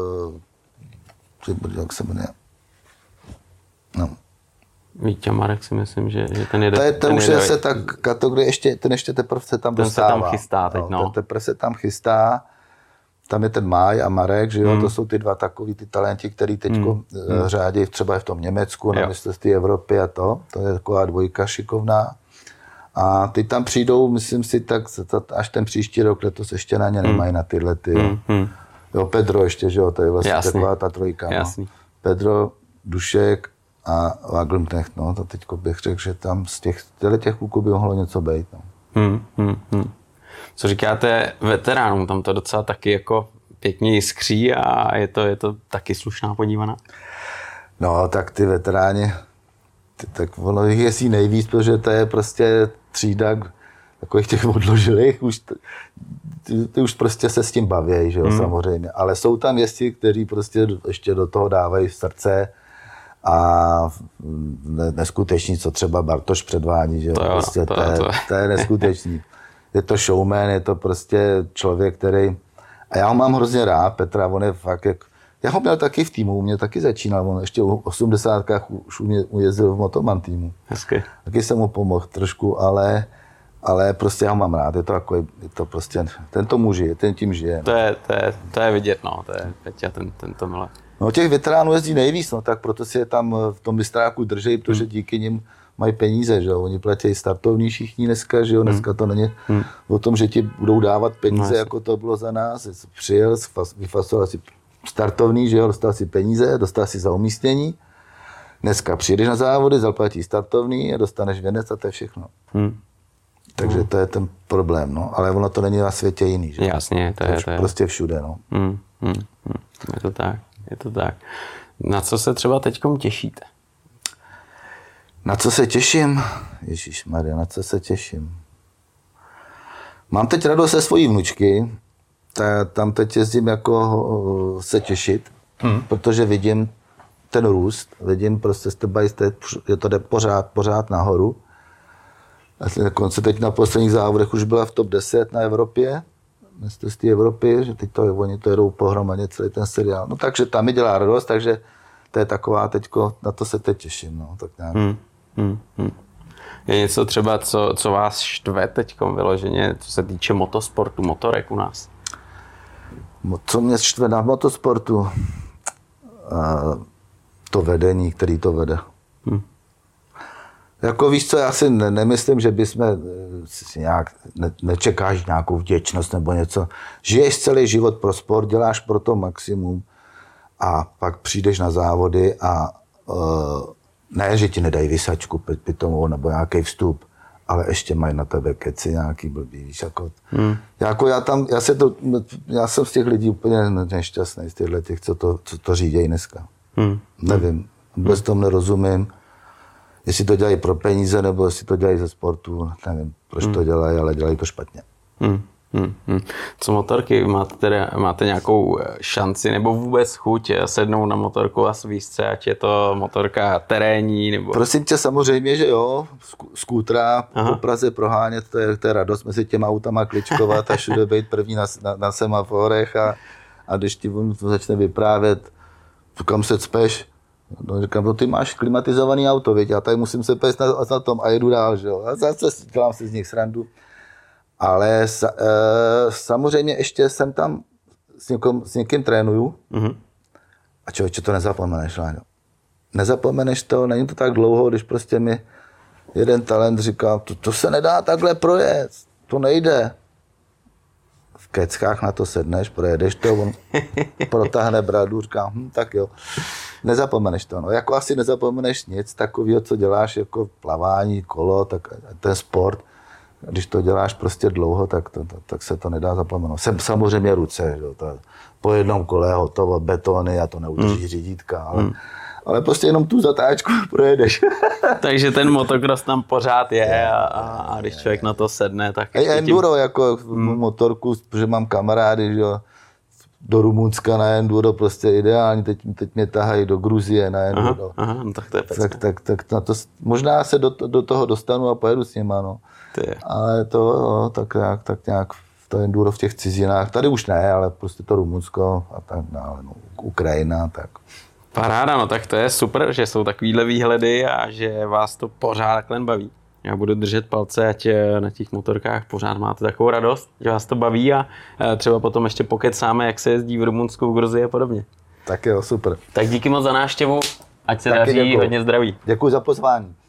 jak se jmenuje, no. Vítě Marek si myslím, že ten jede. Ten už je se tak kategorie, ten ještě teprve se tam dostává. Ten se tam chystá teď, no. Ten teprve se tam chystá. Tam je ten Máj a Marek, že jo, to jsou ty dva takový ty talenti, který teďko řádí třeba v tom Německu, na mistrovství Evropy a to je taková dvojka šikovná. A ty tam přijdou, myslím si, tak až ten příští rok, letos ještě na ně nemají na tyhle ty. Jo, Pedro ještě, že jo, to je vlastně taková ta trojka. No. Pedro, Dušek a Wagenknecht, no, to teďko bych řekl, že tam z těch kluků by mohlo něco být. No. Co říkáte veteránům, tam to docela taky jako pěkně jiskří a je to taky slušná podívaná? No, tak ty veteráni, Tak ono jich jezdí nejvíc, protože to je prostě třída takových těch odložilých, ty už prostě se s tím baví, že jo, samozřejmě. Ale jsou tam jezdci, kteří prostě ještě do toho dávají srdce a neskutečný, co třeba Bartoš předvádí, že jo, prostě to je neskutečný. Je to showman, je to prostě člověk, který... A já ho mám hrozně rád, Petra, on je fakt jak... Já ho měl taky v týmu, u mě taky začínal, on ještě u 80kách už jezdil v Motoman týmu. Hezky. Taky jsem mu pomohl trošku, ale prostě já ho mám rád, je to prostě, ten tomu žije, ten tím žije. No. To je vidět, no, to je Peťa, ten to milé. No těch veteránů jezdí nejvíc, no, tak proto si je tam v tom mistráku drží, protože díky nim mají peníze, že jo, oni platí startovní všichni dneska, že jo, dneska to není o tom, že ti budou dávat peníze, jako to bylo za nás, přijel, vyfasoval si startovní, že jo, dostal si peníze, dostal si za umístění, dneska přijedeš na závody, zaplatí startovní a dostaneš věnec a to je všechno. Takže to je ten problém, no, ale ono to není na světě jiný, že? Jasně, to je prostě všude, no. Je to tak. Na co se třeba teďkom těšíte? Na co se těším? Ježišmarja, na co se těším? Mám teď radost se svojí vnučky, tam teď jezdím jako se těšit, protože vidím ten růst, vidím prostě step by step, že to jde pořád nahoru. A dokonce teď na posledních závodech už byla v top 10 na Evropě, z té Evropy, že teď oni to jedou pohromadě celý ten seriál. No takže tam mi dělá radost, takže to je taková teďko, na to se teď těším, no, tak nějak. Je něco třeba, co vás štve teďkom vyloženě, co se týče motosportu, motorek u nás? Co mě štve na motosportu? To vedení, který to vede. Jako víš co, já si nemyslím, že bychom nějak, nečekáš nějakou vděčnost nebo něco. Žiješ celý život pro sport, děláš pro to maximum a pak přijdeš na závody a ne, že ti nedají vysačku pitomou nebo nějaký vstup, ale ještě mají na tebe keci nějaký blbý, víš, jako já jsem z těch lidí úplně nešťastný, z těch, co to řídějí dneska. Nevím, vůbec tomu nerozumím. Jestli to dělají pro peníze, nebo jestli to dělají ze sportu, nevím, proč to dělají, ale dělají to špatně. Co motorky? Máte nějakou šanci nebo vůbec chuť sednout na motorku a svízt se, ať je to motorka terénní? Nebo... Prosím tě, samozřejmě, že jo. Skútra po Praze prohánět, to je radost mezi těma autama kličkovat a všude být první na semaforech a když ti on začne vyprávět, kam se cpeš, no, říkám, no ty máš klimatizovaný auto, viď? Já tady musím se pést na tom a jedu dál, že jo. A zase dělám si z nich srandu. Ale samozřejmě ještě jsem tam s někým trénuju a člověče, to nezapomeneš, Láňo. Nezapomeneš to, není to tak dlouho, když prostě mi jeden talent říká, to se nedá takhle projet, to nejde. V keckách na to sedneš, projedeš to, on protáhne bradu, říká, tak jo. Nezapomeneš to, no. Jako asi nezapomeneš nic takového, co děláš, jako plavání, kolo, tak ten sport. Když to děláš prostě dlouho, tak se to nedá zapomenout. Jsem samozřejmě ruce, že? Po jednom kole hotovo, betony a to neudrží řídítka, ale prostě jenom tu zatáčku projedeš. Takže ten motocross tam pořád je a když člověk na to sedne, tak... Enduro, jako motorku, protože mám kamarády, že jo, do Rumunska na enduro, prostě ideální, teď mě tahají do Gruzie na enduro. No tak to je pecka. Tak na to, možná se do toho dostanu a pojedu s nima, no. Ale to, tak nějak to enduro v těch cizinách, tady už ne, ale prostě to Rumunsko a tak dále, no, Ukrajina, tak. Paráda, no tak to je super, že jsou takovýhle výhledy a že vás to pořád takhle baví. Já budu držet palce, ať na těch motorkách pořád máte takovou radost, že vás to baví a třeba potom ještě pokecáme, jak se jezdí v Rumunsku, v Gruzii a podobně. Tak jo, super. Tak díky moc za návštěvu, ať se daří, hodně zdraví. Děkuji za pozvání.